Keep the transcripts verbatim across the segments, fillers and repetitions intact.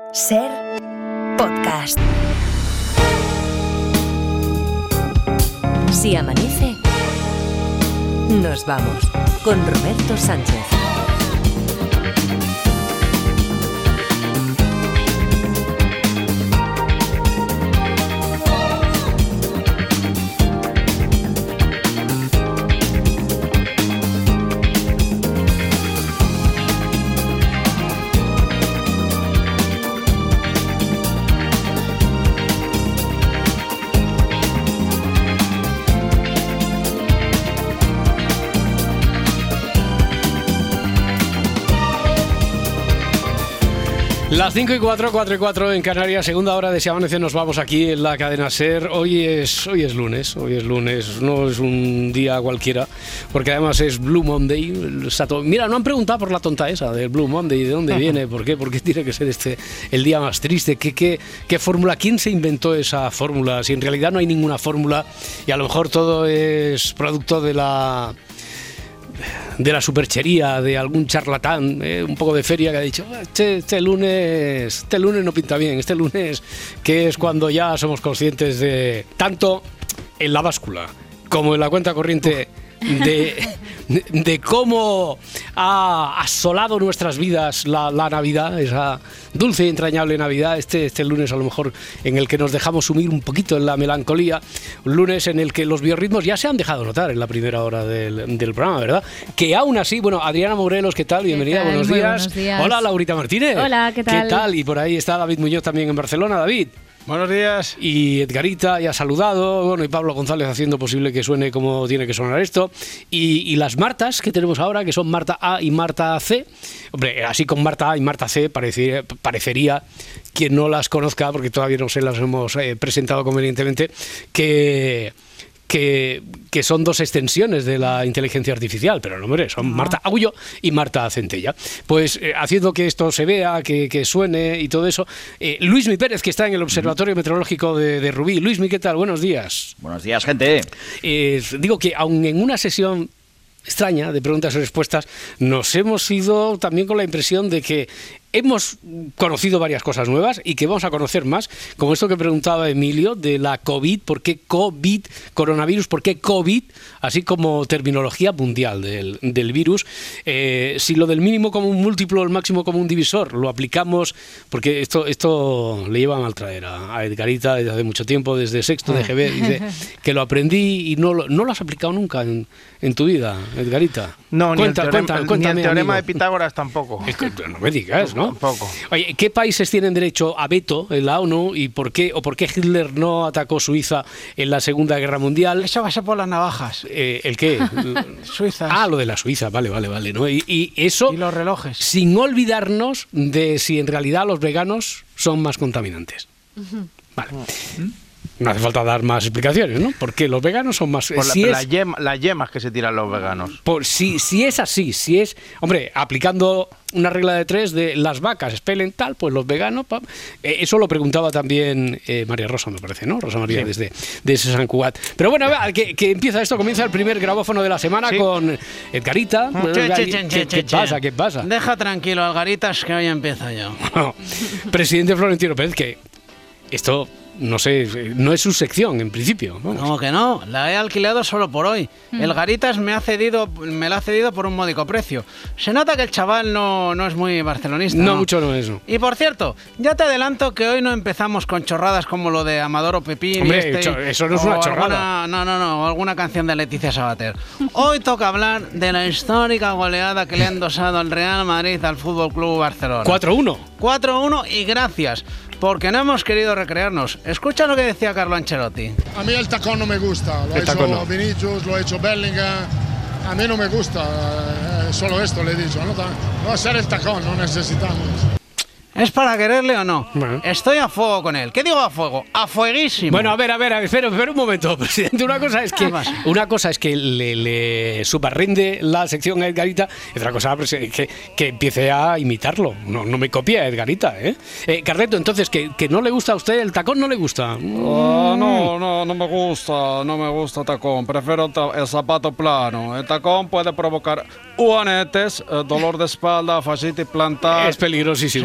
Ser podcast. Si amanece, nos vamos con Roberto Sánchez. Las cinco y cuatro, cuatro y cuatro en Canarias, segunda hora de Si Amanece, nos vamos aquí en la cadena SER. Hoy es, hoy es lunes, hoy es lunes, no es un día cualquiera, porque además es Blue Monday. Mira, no han preguntado por la tonta esa del Blue Monday, ¿de dónde viene? ¿Por qué? ¿Por qué tiene que ser este el día más triste? ¿Qué, qué, qué fórmula? ¿Quién se inventó esa fórmula? Si en realidad no hay ninguna fórmula y a lo mejor todo es producto de la... de la superchería, de algún charlatán, eh, un poco de feria que ha dicho este, este lunes este lunes no pinta bien, este lunes que es cuando ya somos conscientes de, tanto en la báscula como en la cuenta corriente, de, de, de cómo ha asolado nuestras vidas la, la Navidad, esa dulce y entrañable Navidad, este, este lunes a lo mejor en el que nos dejamos sumir un poquito en la melancolía, un lunes en el que los biorritmos ya se han dejado notar en la primera hora del, del programa, ¿verdad? Que aún así, bueno, Adriana Morelos, ¿qué tal? Bienvenida, ¿Qué tal? Buenos, Muy días. buenos días. Hola, Laurita Martínez. Hola, ¿qué tal? ¿Qué tal? Y por ahí está David Muñoz también en Barcelona. David. Buenos días. Y Edgarita ya ha saludado, bueno, y Pablo González haciendo posible que suene como tiene que sonar esto. Y, y las Martas que tenemos ahora, que son Marta A y Marta C. Hombre, así con Marta A y Marta C parecería, parecería quien no las conozca, porque todavía no se las hemos eh, presentado convenientemente, que... Que, que son dos extensiones de la inteligencia artificial, pero no, hombre, son no. Marta Agullo y Marta Centella. Pues eh, haciendo que esto se vea, que, que suene y todo eso, eh, Luismi Pérez, que está en el Observatorio Meteorológico de, de Rubí. Luismi, ¿qué tal? Buenos días. Buenos días, gente. Eh, digo que aun en una sesión extraña de preguntas y respuestas, nos hemos ido también con la impresión de que hemos conocido varias cosas nuevas y que vamos a conocer más, como esto que preguntaba Emilio de la COVID, ¿por qué COVID, coronavirus, por qué COVID, así como terminología mundial del, del virus? Eh, si lo del mínimo común múltiplo, el máximo común divisor, lo aplicamos, porque esto esto le lleva a mal traer a, a Edgarita desde hace mucho tiempo, desde sexto de G B, dice que lo aprendí y no lo, no lo has aplicado nunca en, en tu vida, Edgarita. No, Cuenta, ni el teorema, cuenta, ni cuéntame, el teorema amigo. de Pitágoras tampoco. Es que, no me digas, ¿no? Tampoco. Oye, ¿qué países tienen derecho a veto en la ONU y por qué o por qué Hitler no atacó Suiza en la Segunda Guerra Mundial? Eso va a ser por las navajas. Eh, ¿El qué? Suizas. Ah, lo de la Suiza, vale, vale, vale. ¿no? Y, y eso... Y los relojes. Sin olvidarnos de si en realidad los veganos son más contaminantes. Uh-huh. Vale. Uh-huh. No hace falta dar más explicaciones, ¿no? Porque los veganos son más... Por la, si es, la yema, las yemas que se tiran los veganos. Por, si, si es así, si es... Hombre, aplicando una regla de tres de las vacas expelen tal, pues los veganos... Pa, eh, eso lo preguntaba también eh, María Rosa, me parece, ¿no? Rosa María, sí. desde, desde San Cugat. Pero bueno, que, que empieza esto, comienza el primer grabófono de la semana, sí. Con Edgarita. Che, bueno, che, che, ¿Qué, che, ¿Qué pasa? ¿Qué pasa? Deja tranquilo, Algaritas, que hoy empiezo yo. Bueno, presidente Florentino Pérez, que esto... No sé, no es su sección en principio. Vamos. No, que no, la he alquilado solo por hoy. Mm. El Garitas me ha cedido, me la ha cedido por un módico precio. Se nota que el chaval no, no es muy barcelonista. No, no, mucho no es eso. Y por cierto, ya te adelanto que hoy no empezamos con chorradas como lo de Amador o Pepín. Hombre, y este, cho- eso no es una chorrada. Alguna, no, no, no, alguna canción de Leticia Sabater. Hoy toca hablar de la histórica goleada que le han dosado al Real Madrid al Fútbol Club Barcelona. cuatro uno. cuatro uno y gracias. Porque no hemos querido recrearnos. Escucha lo que decía Carlo Ancelotti. A mí el tacón no me gusta. Lo ha hecho no. Vinicius, lo ha hecho Bellingham. A mí no me gusta. Eh, solo esto le he dicho. No, no va a ser el tacón, no necesitamos. ¿Es para quererle o no? Bueno. Estoy a fuego con él. ¿Qué digo a fuego? ¡A fueguísimo! Bueno, a ver, a ver, a ver espera, espera un momento, presidente. Una cosa es que, una cosa es que le, le superrinde la sección a Edgarita y otra cosa es que, que empiece a imitarlo. No, no me copie a Edgarita, ¿eh? eh Carleto, entonces, ¿que, ¿que no le gusta a usted el tacón? ¿No le gusta? Uh, no, no, no me gusta, no me gusta tacón. Prefiero ta- el zapato plano. El tacón puede provocar juanetes, eh, dolor de espalda, fascitis plantar. Es peligrosísimo. Sí, sí. El,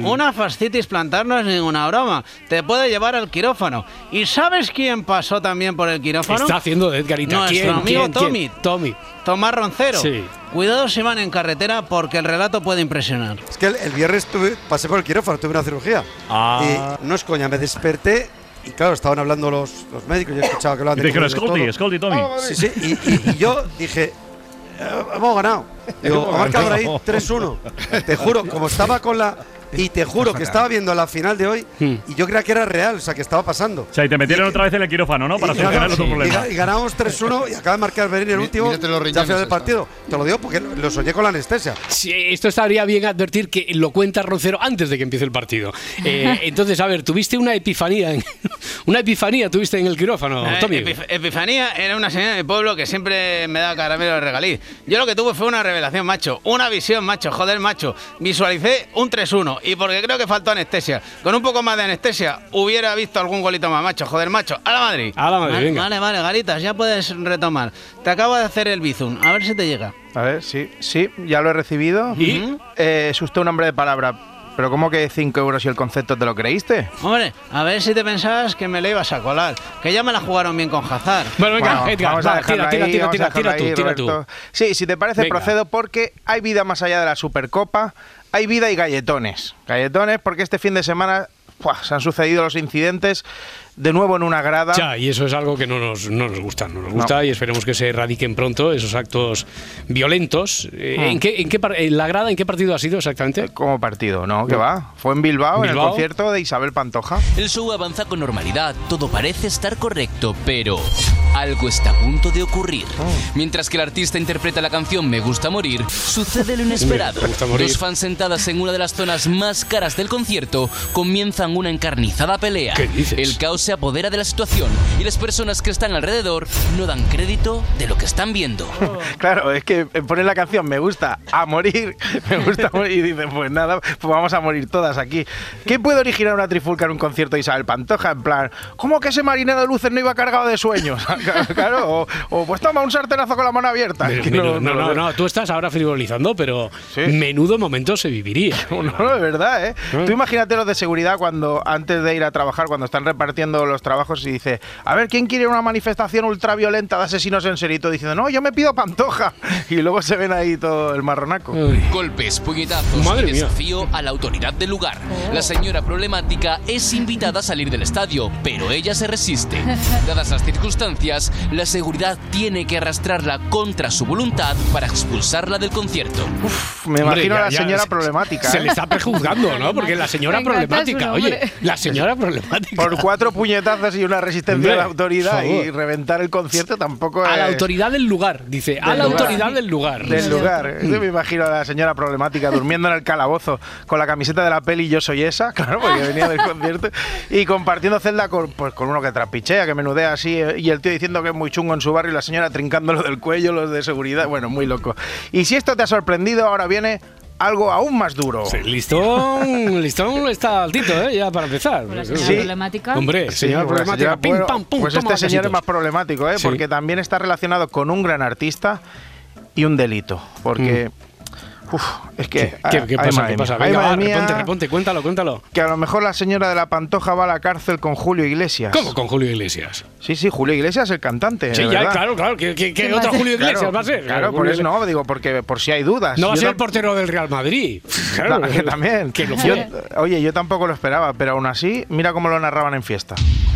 una fascitis plantar no es ninguna broma. Te puede llevar al quirófano. ¿Y sabes quién pasó también por el quirófano? Está haciendo de Edgarita. Nuestro ¿Quién, amigo quién, Tommy. quién? Tommy. Tomás Roncero. Sí. Cuidado si van en carretera porque el relato puede impresionar. Es que el, el viernes tuve, pasé por el quirófano, tuve una cirugía. Ah. Y no es coña, me desperté y claro, estaban hablando los, los médicos, yo escuchaba que hablaban Y de dijeron, cosas de Scotty, todo. Scotty, Tommy. Sí, sí, y, y, y yo dije, eh, hemos ganado. Digo, ha marcado ahí tres uno. Te juro, como estaba con la… Y te juro que estaba viendo la final de hoy y yo creía que era real, o sea, que estaba pasando. O sea, y te metieron y, otra vez en el quirófano, ¿no? Para y, solucionar sí, otro problema. Y, y ganamos tres uno y acaba de marcar Berín el último Mírate los ya al final del riñones, partido. Te lo digo porque lo soñé con la anestesia. Sí, esto estaría bien advertir que lo cuenta Roncero antes de que empiece el partido. Eh, entonces, a ver, tuviste una epifanía. En, una epifanía tuviste en el quirófano, Eh, Tommy. Epif- Epifanía era una señora de mi pueblo que siempre me da caramelo de regaliz. Yo lo que tuve fue una revelación, macho. Una visión, macho. Joder, macho. Visualicé un tres uno y porque creo que faltó anestesia. Con un poco más de anestesia hubiera visto algún golito más, macho. Joder, macho. A la Madrid. A la Madrid, vale, venga. Vale, vale, Garitas, ya puedes retomar. Te acabo de hacer el bizum. A ver si te llega. A ver, sí, sí, ya lo he recibido. ¿Y? Eh, es usted un hombre de palabra. Pero ¿cómo que cinco euros y el concepto te lo creíste? Hombre, a ver si te pensabas que me le ibas a colar. Que ya me la jugaron bien con Hazard. Bueno, venga, Bueno, Edgar, vamos va, a dejarlo tira, tira, ahí, tira, vamos a tira, tira dejarlo tú, ahí, tira tú. Roberto. Sí, si te parece, Venga. procedo porque hay vida más allá de la Supercopa, hay vida y galletones. Galletones porque este fin de semana ¡buah!, se han sucedido los incidentes de nuevo en una grada. Ya, y eso es algo que no nos, no nos gusta, no nos gusta No. y esperemos que se erradiquen pronto esos actos violentos. Eh, Mm. ¿En qué, en qué par- en la grada, en qué partido ha sido exactamente? Como partido, ¿no? ¿Qué va? Fue en Bilbao, en el ¿Bilbao? concierto de Isabel Pantoja. El show avanza con normalidad, todo parece estar correcto, pero algo está a punto de ocurrir. Mientras que el artista interpreta la canción Me Gusta Morir, sucede lo inesperado. Me gusta morir. Dos fans sentadas en una de las zonas más caras del concierto comienzan una encarnizada pelea. ¿Qué dices? El caos se apodera de la situación y las personas que están alrededor no dan crédito de lo que están viendo. Claro, es que ponen la canción Me gusta a morir, me gusta morir y dicen, pues nada, pues vamos a morir todas aquí. ¿Qué puede originar una trifulca en un concierto de Isabel Pantoja? En plan, ¿cómo que ese marinero de luces no iba cargado de sueños? Claro, o, o pues toma un sartenazo con la mano abierta. Pero, Que pero, no, lo no, sé. no, tú estás ahora frivolizando, pero Sí. menudo momento se viviría. No, no, de verdad, ¿eh? ¿Eh? Tú imagínate los de seguridad cuando, antes de ir a trabajar, cuando están repartiendo los trabajos y dice, a ver, ¿quién quiere una manifestación ultraviolenta de asesinos en serie? Y todo diciendo, no, yo me pido Pantoja. Y luego se ven ahí todo el marronaco. Uy. Golpes, puñetazos Madre y mía. desafío a la autoridad del lugar. La señora problemática es invitada a salir del estadio, pero ella se resiste. Dadas las circunstancias, la seguridad tiene que arrastrarla contra su voluntad para expulsarla del concierto. Me Hombre, imagino ya- a la ya señora se- problemática. Se ¿eh? le está prejuzgando, ¿no? Porque la señora Me encanta problemática, su oye, nombre. la señora problemática. Por cuatro puñetazos y una resistencia Hombre, de la autoridad por favor. y reventar el concierto tampoco A es… la autoridad del lugar, dice. A Del la lugar. autoridad del lugar. Del lugar. Yo me imagino a la señora problemática durmiendo en el calabozo con la camiseta de la peli Yo Soy Esa, claro, porque venía del concierto, y compartiendo celda con, pues, con uno que trapichea, que menudea así, eh, y el tío diciendo que es muy chungo en su barrio y la señora trincándolo del cuello, los de seguridad. Bueno, muy loco. Y si esto te ha sorprendido, ahora viene algo aún más duro. Sí, listón, listón está altito, ¿eh? Ya para empezar. Con la señora Sí. problemática. Hombre, Sí, señora pues, problemática, señora, pim, bueno, pam, pum, pues toma este señor es casitos. más problemático, ¿eh? Sí. Porque también está relacionado con un gran artista y un delito. Porque, uf, es que… ¿Qué, qué- qué ay, pasa? madre ¿Qué pasa? mía, ay, Venga, va, madre mía, reponte, reponte, cuéntalo, cuéntalo. que a lo mejor la señora de la Pantoja va a la cárcel con Julio Iglesias. ¿Cómo con Julio Iglesias? Sí, sí, Julio Iglesias, el cantante. Sí, de ya, verdad. claro, claro. ¿Qué, qué- qué ¿Quién va otro a ser? Julio Iglesias Claro, va a ser? Claro, por Julio eso no, digo, porque por si hay dudas. No va a Yo ser el tam- portero del Real Madrid. Claro, Ta- que también. Que lo Yo- fue. oye, yo tampoco lo esperaba, pero aún así, mira cómo lo narraban en fiesta.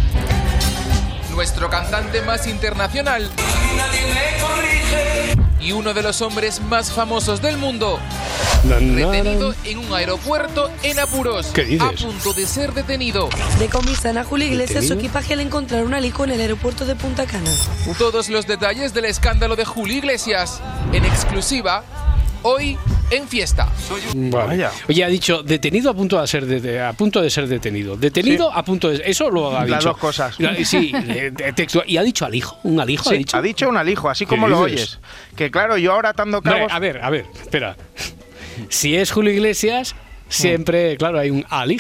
Nuestro cantante más internacional y uno de los hombres más famosos del mundo, Na, na, retenido en un aeropuerto en apuros. ¿Qué dices? A punto de ser detenido. Decomisan a Julio Iglesias su ¿Detenido? equipaje al encontrar un alijo en el aeropuerto de Punta Cana. Todos los detalles del escándalo de Julio Iglesias, en exclusiva, hoy en Fiesta. Vale. Vaya. Oye, ha dicho detenido a punto de ser de- a punto de ser detenido. Detenido Sí. a punto de eso lo ha Las dicho. dos cosas. La- Sí, de- de texto. Y ha dicho alijo, un alijo Sí, ha dicho. ha dicho un alijo, así ¿Qué como lo dices? oyes. Que claro, yo ahora atando Hombre, cabos… a ver, a ver, espera. Si es Julio Iglesias, siempre, claro, hay un alijo.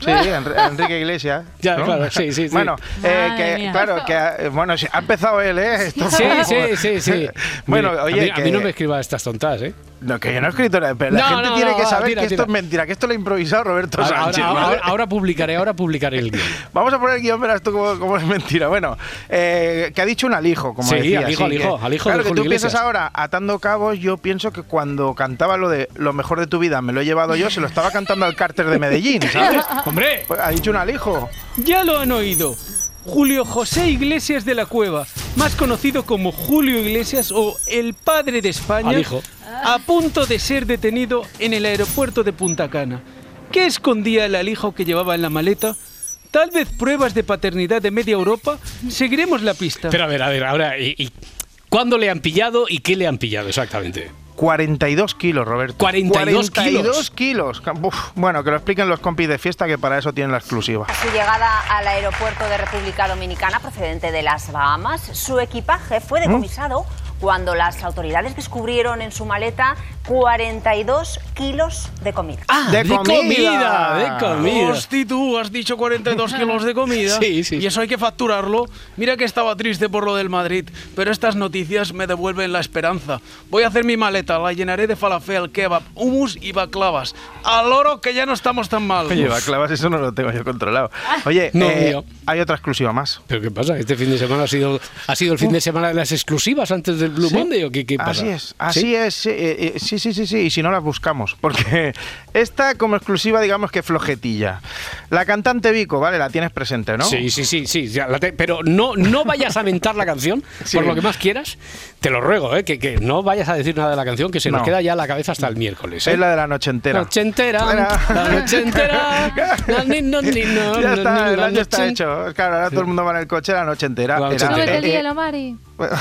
Sí, Enrique Iglesias. Ya, ¿no? claro, sí, sí, sí. Bueno, eh, que, claro, que eh, bueno, sí, ha empezado él, ¿eh? Esto Sí, fue- sí, sí, sí. Bueno, Mire, oye, a mí, que- a mí no me escriba estas tontas, ¿eh? No, que yo no he escrito nada, pero la No, gente no, tiene no, que va, saber tira, que tira. esto es mentira, que esto lo ha improvisado Roberto Ahora, Sánchez. ahora, ¿vale? ahora- ahora publicaré, ahora publicaré el guión. Vamos a poner el guión, verás tú cómo, cómo es mentira. Bueno, eh, que ha dicho un alijo, como Sí, decía. alijo, alijo, que- alijo Claro, de que Julio tú piensas Iglesias. ahora, atando cabos, yo pienso que cuando cantaba lo de lo mejor de tu vida me lo he llevado yo, se lo estaba cantando al cárter de Medellín, ¿sabes? ¡Hombre! Pues ha dicho un alijo. Ya lo han oído. Julio José Iglesias de la Cueva, más conocido como Julio Iglesias o el padre de España, Alijo. a punto de ser detenido en el aeropuerto de Punta Cana. ¿Qué escondía el alijo que llevaba en la maleta? Tal vez pruebas de paternidad de media Europa. Seguiremos la pista. Pero a ver, a ver, ahora, ¿y, y cuándo le han pillado y qué le han pillado exactamente? cuarenta y dos kilos, Roberto. cuarenta y dos cuarenta y dos kilos. Uf, bueno, que lo expliquen los compis de fiesta, que para eso tienen la exclusiva. A su llegada al aeropuerto de República Dominicana procedente de las Bahamas, su equipaje fue decomisado cuando las autoridades descubrieron en su maleta cuarenta y dos kilos de comida. ¡Ah, de, de comida! comida! ¡De comida! Hosti, tú has dicho cuarenta y dos kilos de comida. Sí, sí. Y eso hay que facturarlo. Mira que estaba triste por lo del Madrid, pero estas noticias me devuelven la esperanza. Voy a hacer mi maleta, la llenaré de falafel, kebab, hummus y baklavas. Al oro que ya no estamos tan mal. Oye, baklavas, eso no lo tengo yo controlado. Oye, No, eh, mío. hay otra exclusiva más. ¿Pero qué pasa? ¿Este fin de semana ha sido, ha sido el fin de semana de las exclusivas antes del Blue Sí. Monday o qué, qué pasa? Así es, así ¿Sí? es. Sí, eh, eh, sí, sí, sí, sí. Y si no las buscamos. Porque esta como exclusiva, digamos que flojetilla. La cantante Vico, ¿vale? La tienes presente, ¿no? Sí, sí, sí, sí. ya la te- pero no, no vayas a mentar la canción, Sí. por lo que más quieras. Te lo ruego, ¿eh? que, que no vayas a decir nada de la canción, que se nos No. queda ya la cabeza hasta el miércoles. ¿eh? Es la de la noche entera. Noche entera, Era- la noche entera. La ni, no, ni, no, ya no, está, ni, el la año está noche- hecho. Claro, ahora todo el mundo va en el coche la noche entera. La noche Era- entera. eh, Súbete el eh, hielo, Mari.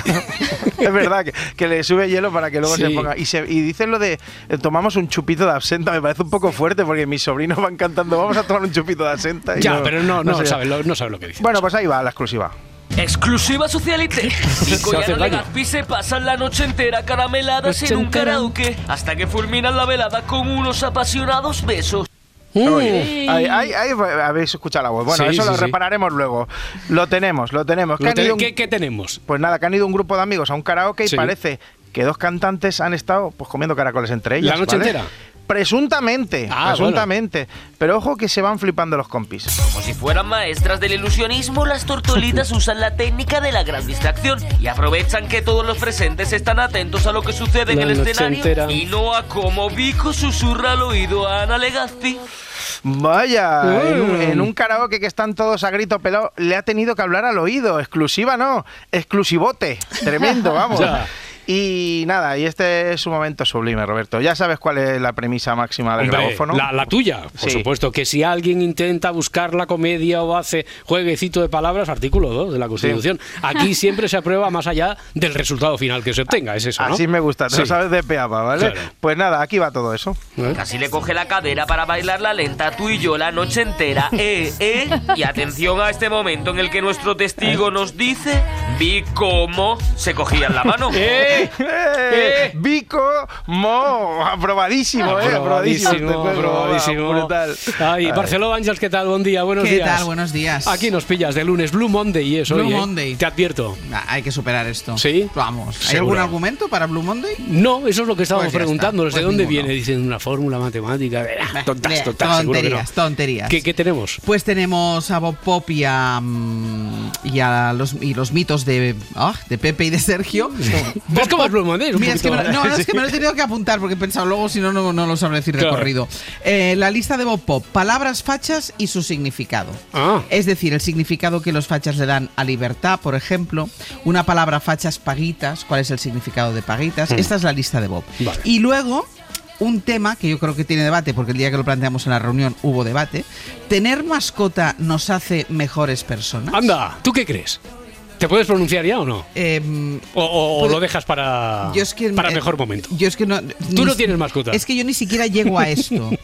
es verdad que, que le sube hielo para que luego Sí. se ponga. Y, se, y dicen lo de eh, tomamos un chupito de absenta, me parece un poco fuerte porque mis sobrinos van cantando vamos a tomar un chupito de absenta. y Ya, pero no, no, sé. sabes lo, no sabes lo que dice. Bueno, pues ahí va la exclusiva. Exclusiva Socialite. Vico Se y hace Ana daño. Legazpi se pasan la noche entera carameladas Noche en un entera. karaoke hasta que fulminan la velada con unos apasionados besos. Oye, ahí, ahí- ahí habéis escuchado la voz. Bueno, Sí, eso sí, lo sí. repararemos luego. Lo tenemos, lo tenemos. Que Lo han te- ido un- ¿Qué, qué tenemos? Pues nada, que han ido un grupo de amigos a un karaoke y Sí. parece que dos cantantes han estado pues comiendo caracoles entre ellas. ¿La noche ¿vale? entera? Presuntamente, Ah, presuntamente. Pero ojo que se van flipando los compis. Como si fueran maestras del ilusionismo, las tortolitas usan la técnica de la gran distracción y aprovechan que todos los presentes están atentos a lo que sucede en La el noche escenario entera. y no a cómo Vico susurra al oído a Ana Legazpi. Vaya, Mm. en, un, en un karaoke que están todos a grito pelado, le ha tenido que hablar al oído. Exclusiva no, exclusivote. Tremendo, vamos. Ya. Y nada, y este es un momento sublime, Roberto. Ya sabes cuál es la premisa máxima del Hombre, grabófono. la, la tuya, por Sí. supuesto, que si alguien intenta buscar la comedia o hace jueguecito de palabras, artículo dos de la Constitución, aquí siempre se aprueba más allá del resultado final que se obtenga, es eso, ¿no? Así me gusta, te Sí. lo sabes de peapa, ¿vale? Claro. Pues nada, aquí va todo eso. ¿Eh? Casi le coge la cadera para bailar la lenta tú y yo la noche entera, eh, eh. Y atención a este momento en el que nuestro testigo nos dice, vi cómo se cogían la mano. ¡Eh! ¡Eh! Vico Mo, aprobadísimo, ¿eh? Aprobadísimo. este juego, aprobadísimo. Brutal. Ay, Ay. Barceló Ángels, ¿qué tal? Buen día, buenos ¿Qué días. tal? Buenos días. Aquí nos pillas de lunes, Blue Monday y eso. Blue oye, Monday. Te advierto. Ah, hay que superar esto. ¿Sí? Vamos. ¿Hay Seguro. algún argumento para Blue Monday? No, eso es lo que estábamos Pues ya preguntando. está. ¿De Pues dónde ninguno. viene? Dicen una fórmula matemática. Ah, tontas, Bleh, tontas, seguro que no. tonterías, tonterías. ¿Qué, qué tenemos? Pues tenemos a Bob Pop y a, mm, y a los, y los mitos de, ah, de Pepe y de Sergio. ¿Ves cómo es Blue Monday? Un Mira, es que, me, poquito- lo- no, es que me lo he tenido que apuntar porque he pensado luego, si no, no, no lo sabré decir de Claro. corrido. Eh, la lista de Bob Pop: palabras fachas y su significado. Ah. Es decir, el significado que los fachas le dan a libertad, por ejemplo. Una palabra fachas paguitas. ¿Cuál es el significado de paguitas? Mm. Esta es la lista de Bob. Vale. Y luego, un tema que yo creo que tiene debate, porque el día que lo planteamos en la reunión hubo debate. ¿Tener mascota nos hace mejores personas? Anda, ¿tú qué crees? ¿Te puedes pronunciar ya o no? Eh, ¿O, o- o pues- lo dejas para, Yo es que, para eh, mejor momento? Yo es que no. Tú ni- no tienes mascota. Es que yo ni siquiera llego a esto.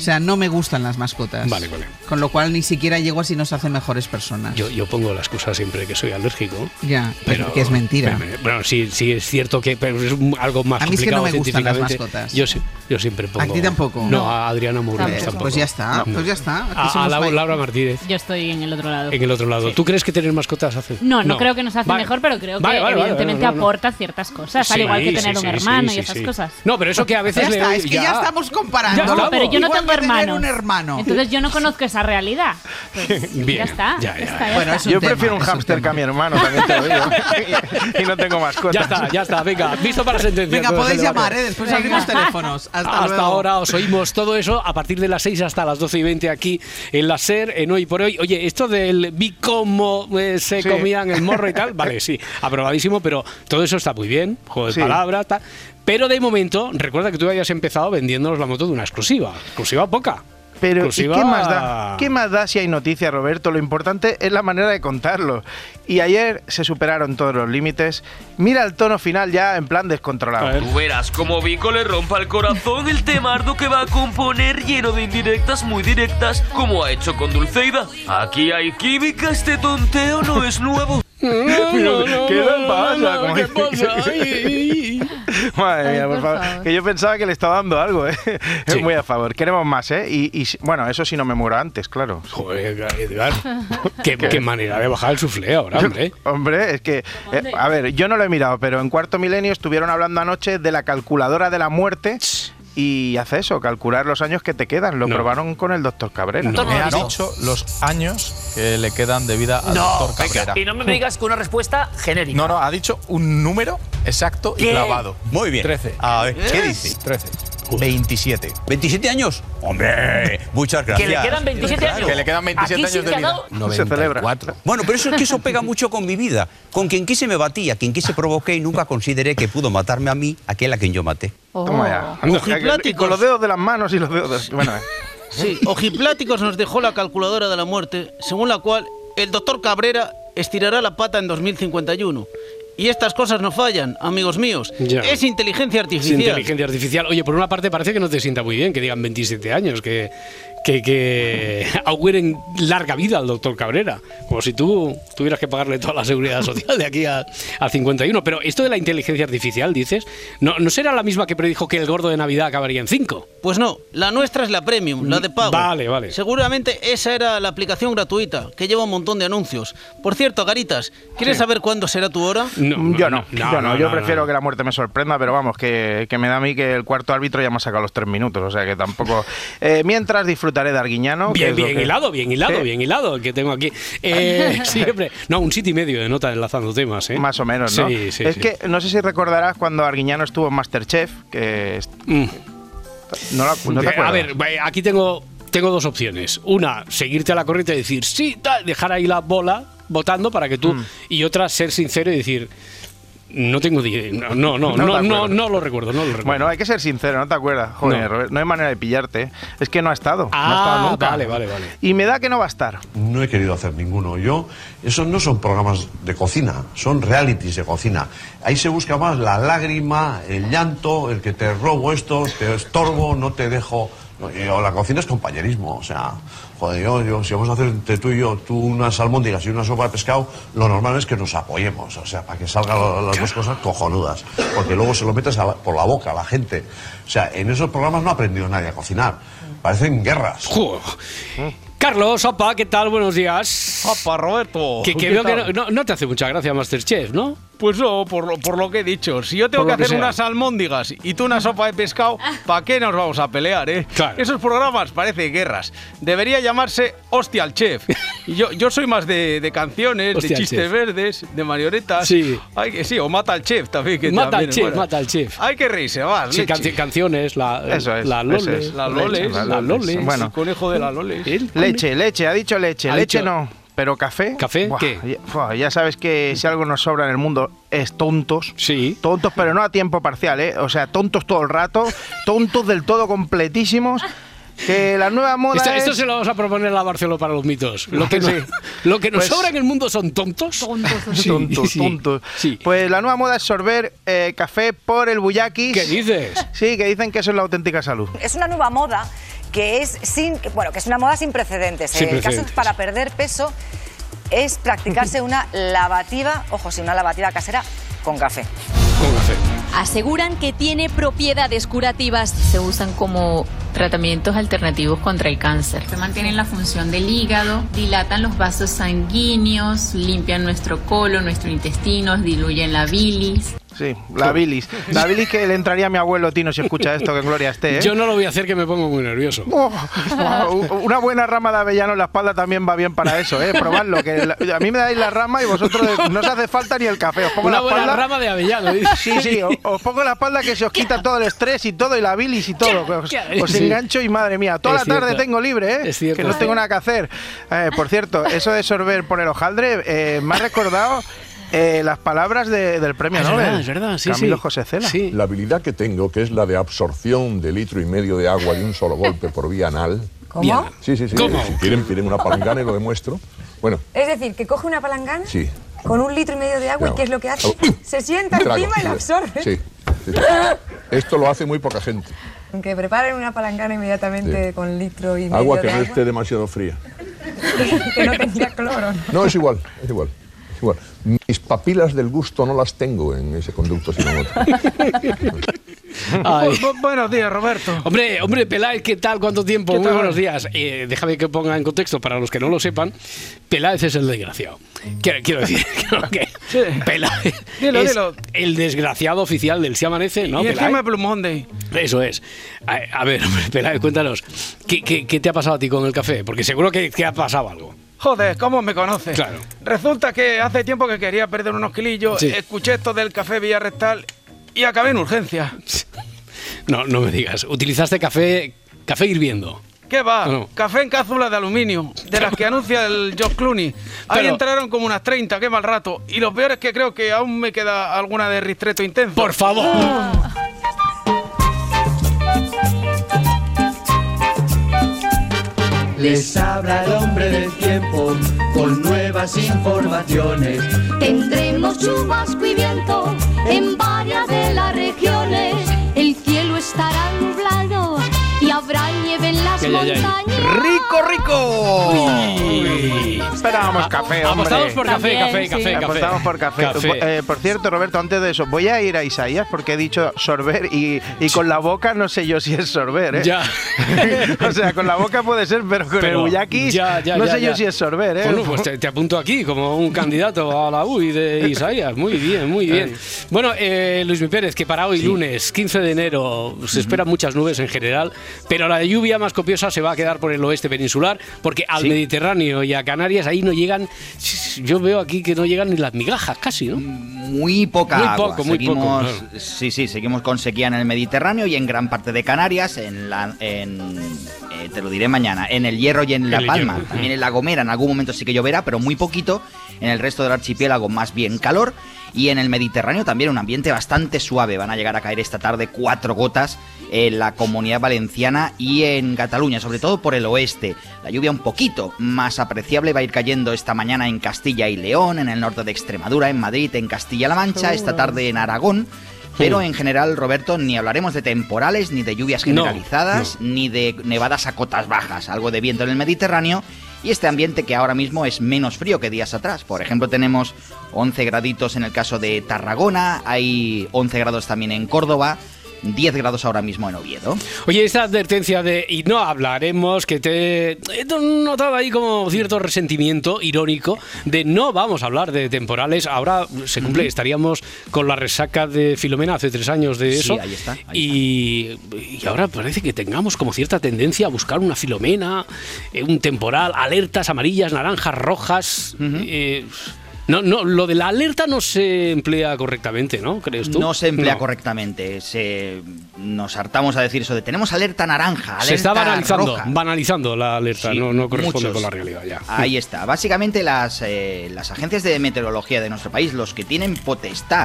O sea, no me gustan las mascotas. Vale, vale. Con lo cual ni siquiera llego a si nos hacen mejores personas. Yo, yo pongo la excusa siempre que soy alérgico. Ya, pero que es mentira. Pero, bueno, sí, sí es cierto que pero es algo más a mí es que no me gustan las científicamente. mascotas. Yo, yo siempre pongo. ¿A ti tampoco? No, a Adriana Moura Eh, tampoco. Pues ya está, No. pues ya está. Aquí A, a somos Laura, país. Laura Martínez. Yo estoy en el otro lado. En el otro lado. Sí. ¿Tú crees que tener mascotas hace? No, no, creo que nos hace Vale. mejor, pero creo Vale, que vale, vale, evidentemente no, no, no. aporta ciertas cosas, al Sí, igual que tener sí, un sí, hermano sí, y esas sí. cosas. No, pero eso que a veces Ya le está, doy- es que ya, estamos comparando. Ya estamos. No, pero yo no Igual tengo que tener hermanos. un hermano. Entonces yo no conozco esa realidad. Pues Bien, ya está. ya, ya, está, ya Bueno, está. es un Yo tema, prefiero un es un hámster tema. que a mi hermano, también te lo digo. y, y no tengo mascotas. Ya está, ya está. Venga, visto para sentencia. Venga, todo podéis ese debate. llamar, ¿eh? Después abrimos teléfonos. Hasta, Hasta luego. ahora os oímos todo eso a partir de las seis hasta las doce y veinte aquí en la SER, en Hoy por Hoy. Oye, esto del vi cómo eh, se Sí. comían el morro y tal, vale, sí, aprobadísimo, pero todo eso está muy bien, juego de Sí. palabras, tal. Pero de momento, recuerda que tú habías empezado vendiéndonos la moto de una exclusiva. Exclusiva poca. Pero ¿y Exclusiva- qué más da? ¿Qué más da si hay noticias, Roberto? Lo importante es la manera de contarlo. Y ayer se superaron todos los límites. Mira el tono final ya en plan descontrolado. Tú verás como Vico le rompa el corazón el temardo que va a componer lleno de indirectas muy directas, como ha hecho con Dulceida. Aquí hay química, este tonteo no es nuevo. Pero, ¿qué le pasa? Como ¿Qué dice- pasa? Ay, Madre mía, Ay, por por favor. favor. Que yo pensaba que le estaba dando algo, ¿eh? Es Sí. muy a favor. Queremos más, ¿eh? Y, y si- bueno, eso sí no me muero antes, claro. Joder, Edgar. ¿Qué, qué manera de bajar el suflé ahora, hombre. Hombre, es que, eh, a ver, yo no lo he mirado, pero en Cuarto Milenio estuvieron hablando anoche de la calculadora de la muerte y hace eso, calcular los años que te quedan. Lo No. probaron con el doctor Cabrera. No. Me ha dicho los años que le quedan de vida al doctor Cabrera. Y no me digas que una respuesta genérica. No, no, ha dicho un número exacto y ¿Qué? clavado. Muy bien. trece. A ver, ¿qué ¿Eh? dice? trece. veintisiete. ¿veintisiete años? Hombre, muchas Que gracias. le quedan veintisiete años. Que le quedan veintisiete Aquí sí años de que ha vida. dado- Se celebra. Bueno, pero eso es que eso pega mucho con mi vida. Con quien quise me batí, a quien quise provoqué y nunca consideré que pudo matarme a mí, aquel a quien yo maté. Toma ya. Oh. Ojipláticos. Y con los dedos de las manos y los dedos. Bueno, eh. Sí, Ojipláticos nos dejó la calculadora de la muerte, según la cual el doctor Cabrera estirará la pata en dos mil cincuenta y uno. Y estas cosas no fallan, amigos míos. Ya. Es inteligencia Es artificial. inteligencia artificial. Oye, por una parte parece que no te sienta muy bien que digan veintisiete años, que, que, que auguren larga vida al doctor Cabrera. Como si tú tuvieras que pagarle toda la seguridad social de aquí a, a cincuenta y uno. Pero esto de la inteligencia artificial, dices, ¿no, ¿no será la misma que predijo que el gordo de Navidad acabaría en cinco? Pues no, la nuestra es la premium, la de pago. Vale, vale. Seguramente esa era la aplicación gratuita, que lleva un montón de anuncios. Por cierto, Garitas, ¿quieres Sí. saber cuándo será tu hora? No, yo no, yo no, yo no, prefiero no. que la muerte me sorprenda, pero vamos, que, que me da a mí que el cuarto árbitro ya me ha sacado los tres minutos, o sea que tampoco. Eh, mientras disfrutaré de Arguiñano. que Bien, es lo bien que- hilado, bien hilado, Sí. bien hilado, el que tengo aquí. Eh, siempre. No, un sitio y medio de nota enlazando temas, ¿eh? Más o menos, ¿no? Sí, sí, es sí. que no sé si recordarás cuando Arguiñano estuvo en Masterchef, que est- Mm. no, la- no te Eh, acuerdas. A ver, eh, aquí tengo, tengo dos opciones. Una, seguirte a la corriente y decir sí, tal, dejar ahí la bola votando para que tú. Mm. Y otra, ser sincero y decir. No tengo ni- no, no, no, No te no, no, acuerdas. no lo recuerdo, no lo recuerdo. Bueno, hay que ser sincero, ¿no te acuerdas? Joder, No. Robert, no hay manera de pillarte. ¿eh? Es que no ha estado. no ha Ah, estado nunca. vale, vale, vale. Y me da que no va a estar. No he querido hacer ninguno. Yo, esos no son programas de cocina, son realities de cocina. Ahí se busca más la lágrima, el llanto, el que te robo esto, te estorbo, no te dejo. No, yo, la cocina es compañerismo, o sea, joder, yo, yo, si vamos a hacer entre tú y yo, tú unas albóndigas y una sopa de pescado, lo normal es que nos apoyemos, o sea, para que salgan la- las dos cosas cojonudas, porque luego se lo metes a la- por la boca a la gente. O sea, en esos programas no ha aprendido nadie a cocinar, parecen guerras. Jo. Carlos, opa, ¿qué tal? Buenos días. Opa, Roberto. Que, que ¿Qué veo que tal? no, no, no te hace mucha gracia Masterchef, ¿no? Pues no, por lo, por lo que he dicho. Si yo tengo Por que lo que hacer sea. unas almóndigas y tú una sopa de pescado, ¿para qué nos vamos a pelear, eh? Claro. Esos programas parecen guerras. Debería llamarse Hostia al Chef. Y yo, yo soy más de, de canciones, Hostia de al chistes Chef. verdes, de marionetas. Sí. Hay que, sí, o Mata al Chef también. Que Mata también al es chef, buena. mata al chef. Hay que reírse, vas. Sí, leche. canci- canciones, la, Eso es, la eso Loles. es. La Leche, Loles, la la Loles. Loles. Bueno. El conejo de la Loles. El- Leche, leche, ha dicho leche. Ha leche dicho- no. Pero café. ¿Café? Buah, ¿Qué? Ya, buah, ya sabes que si algo nos sobra en el mundo es tontos. Sí. Tontos, pero no a tiempo parcial, ¿eh? O sea, tontos todo el rato. Tontos del todo completísimos. Que la nueva moda Esto, es... esto se lo vamos a proponer a la Barcelona para los mitos. Lo que, no- Sí. lo que nos Pues- sobra en el mundo son tontos. Sí, tontos, sí. tontos. Sí. Pues la nueva moda es sorber eh, café por el buyakis. ¿Qué dices? Sí, que dicen que eso es la auténtica salud. Es una nueva moda que es sin, bueno, que es una moda sin precedentes. Sin el precedentes. caso es para perder peso es practicarse una lavativa, ojo, sí, una lavativa casera con café. Con café. Aseguran que tiene propiedades curativas. Se usan como tratamientos alternativos contra el cáncer. Se mantienen la función del hígado, dilatan los vasos sanguíneos, limpian nuestro colon, nuestro intestino, diluyen la bilis. Sí, la bilis. La bilis que le entraría a mi abuelo Tino si escucha esto, que en gloria esté, ¿eh? Yo no lo voy a hacer, que me pongo muy nervioso. Oh, oh, una buena rama de avellano en la espalda también va bien para eso, ¿eh? Probadlo, que la, a mí me dais la rama y vosotros no os hace falta ni el café. Os pongo Una la espalda, buena rama de avellano. Sí, sí, os, os pongo la espalda que se os quita todo el estrés y todo, y la bilis y todo. Os, os Sí. engancho y madre mía, toda Es la tarde cierto. tengo libre, ¿eh? Es cierto. Que no tengo nada que hacer. Eh, por cierto, eso de sorber por el hojaldre eh, me ha recordado eh, las palabras de, del premio Es Nobel. verdad, es verdad, sí, Camilo sí. José Cela. La habilidad que tengo, que es la de absorción de litro y medio de agua de un solo golpe por vía anal. ¿Cómo? Sí, sí, sí. ¿Cómo? Si quieren, piden una palangana y lo demuestro. Bueno, Es decir, que coge una palangana sí. con un litro y medio de agua No. y ¿qué es lo que hace? Se sienta Un trago, encima y sí. la absorbe. Sí, sí. Esto lo hace muy poca gente. Que preparen una palangana inmediatamente Sí. con litro y medio Agua que de no agua. esté demasiado fría. Que no tendría cloro. No, es igual, es igual. es igual. Mis papilas del gusto no las tengo en ese conducto, sino en otro. Ay. Bu- buenos días, Roberto. Hombre, hombre, Peláez, ¿qué tal? ¿Cuánto tiempo? ¿Qué Muy tal? buenos días. Eh, déjame que ponga en contexto para los que no lo sepan. Peláez es el desgraciado. Quiero, quiero decir que Peláez Dilo, es dilo. el desgraciado oficial del Se Amanece, ¿no? y Peláez? encima Blue Monday. Eso es. A, a ver, hombre, Peláez, cuéntanos. ¿qué, qué, qué te ha pasado a ti con el café? Porque seguro que, que ha pasado algo. Joder, ¿cómo me conoces? Claro. Resulta que hace tiempo que quería perder unos kilillos, Sí. escuché esto del café vía rectal y acabé en urgencia. No, no me digas. ¿Utilizaste café, café hirviendo? ¿Qué va? No. Café en cápsulas de aluminio, de las que anuncia el George Clooney. Ahí Pero- entraron como unas treinta, qué mal rato. Y lo peor es que creo que aún me queda alguna de ristreto intenso. Por favor. Les habla el hombre del tiempo con nuevas informaciones. Tendremos chubasco y viento en varias de las regiones. El cielo estará nublado y habrá nieve en las Ay, ay, ay. montañas. ¡Rico, rico! Uy. Esperábamos café, hombre. Apostamos por café, También, café, sí. café, café. Apostamos por café. Café. Eh, por cierto, Roberto, antes de eso, voy a ir a Isaías porque he dicho sorber y, y con la boca no sé yo si es sorber, ¿eh? Ya. O sea, con la boca puede ser, pero con Pero el buyakis ya, ya, no ya, sé ya. yo si es sorber, ¿eh? Bueno, pues te, te apunto aquí como un candidato a la U I de Isaías. Muy bien, muy bien. Bueno, eh, Luis Mi Pérez, que para hoy lunes, quince de enero, se esperan muchas nubes en general, pero la lluvia más copiosa se va a quedar por el oeste peninsular, porque al Sí. Mediterráneo y a Canarias ahí no llegan, yo veo aquí que no llegan ni las migajas casi, ¿no? Muy poca Muy agua. poco, muy seguimos, poco, claro. Sí, sí, seguimos con sequía en el Mediterráneo y en gran parte de Canarias, en la, en, eh, te lo diré mañana, en el Hierro y en La El Palma, Hierro. también en La Gomera, en algún momento sí que lloverá, pero muy poquito. En el resto del archipiélago más bien calor. Y en el Mediterráneo también un ambiente bastante suave. Van a llegar a caer esta tarde cuatro gotas en la Comunidad Valenciana y en Cataluña, sobre todo por el oeste. La lluvia un poquito más apreciable va a ir cayendo esta mañana en Castilla y León, en el norte de Extremadura, en Madrid, en Castilla-La Mancha, esta tarde en Aragón. Pero en general, Roberto, ni hablaremos de temporales, ni de lluvias No, generalizadas, ni de nevadas a cotas bajas. Algo de viento en el Mediterráneo y este ambiente que ahora mismo es menos frío que días atrás. Por ejemplo, tenemos once graditos en el caso de Tarragona, hay once grados también en Córdoba, diez grados ahora mismo en Oviedo. Oye, esta advertencia de y no hablaremos, que te he notado ahí como cierto resentimiento irónico de no vamos a hablar de temporales. Ahora se cumple, estaríamos con la resaca de Filomena hace tres años de eso. Sí, ahí está. ahí y, y ahora parece que tengamos como cierta tendencia a buscar una Filomena, eh, un temporal, alertas amarillas, naranjas, rojas. eh, no, no, lo de la alerta no se emplea correctamente, ¿no? ¿Crees tú? No se emplea No. correctamente. Se, nos hartamos a decir eso de tenemos alerta naranja, alerta Se está banalizando, roja. banalizando la alerta, Sí, no, no corresponde muchos. con la realidad ya. Ahí está. Básicamente las, eh, las agencias de meteorología de nuestro país, los que tienen potestad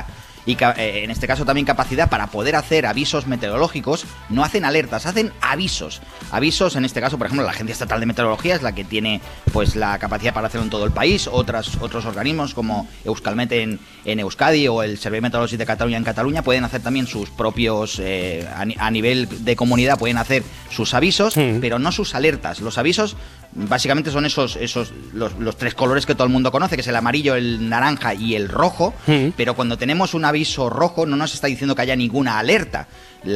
y eh, en este caso también capacidad para poder hacer avisos meteorológicos. No hacen alertas, hacen avisos. Avisos, en este caso, por ejemplo, la Agencia Estatal de Meteorología es la que tiene pues la capacidad para hacerlo en todo el país. Otras, otros organismos como Euskalmet en, en Euskadi o el Servei Meteorològic de Cataluña en Cataluña pueden hacer también sus propios, eh, a, a nivel de comunidad pueden hacer sus avisos, mm. pero no sus alertas. Los avisos básicamente son esos, esos los, los tres colores que todo el mundo conoce, que es el amarillo, el naranja y el rojo, mm. pero cuando tenemos un aviso rojo no nos está diciendo que haya ninguna alerta.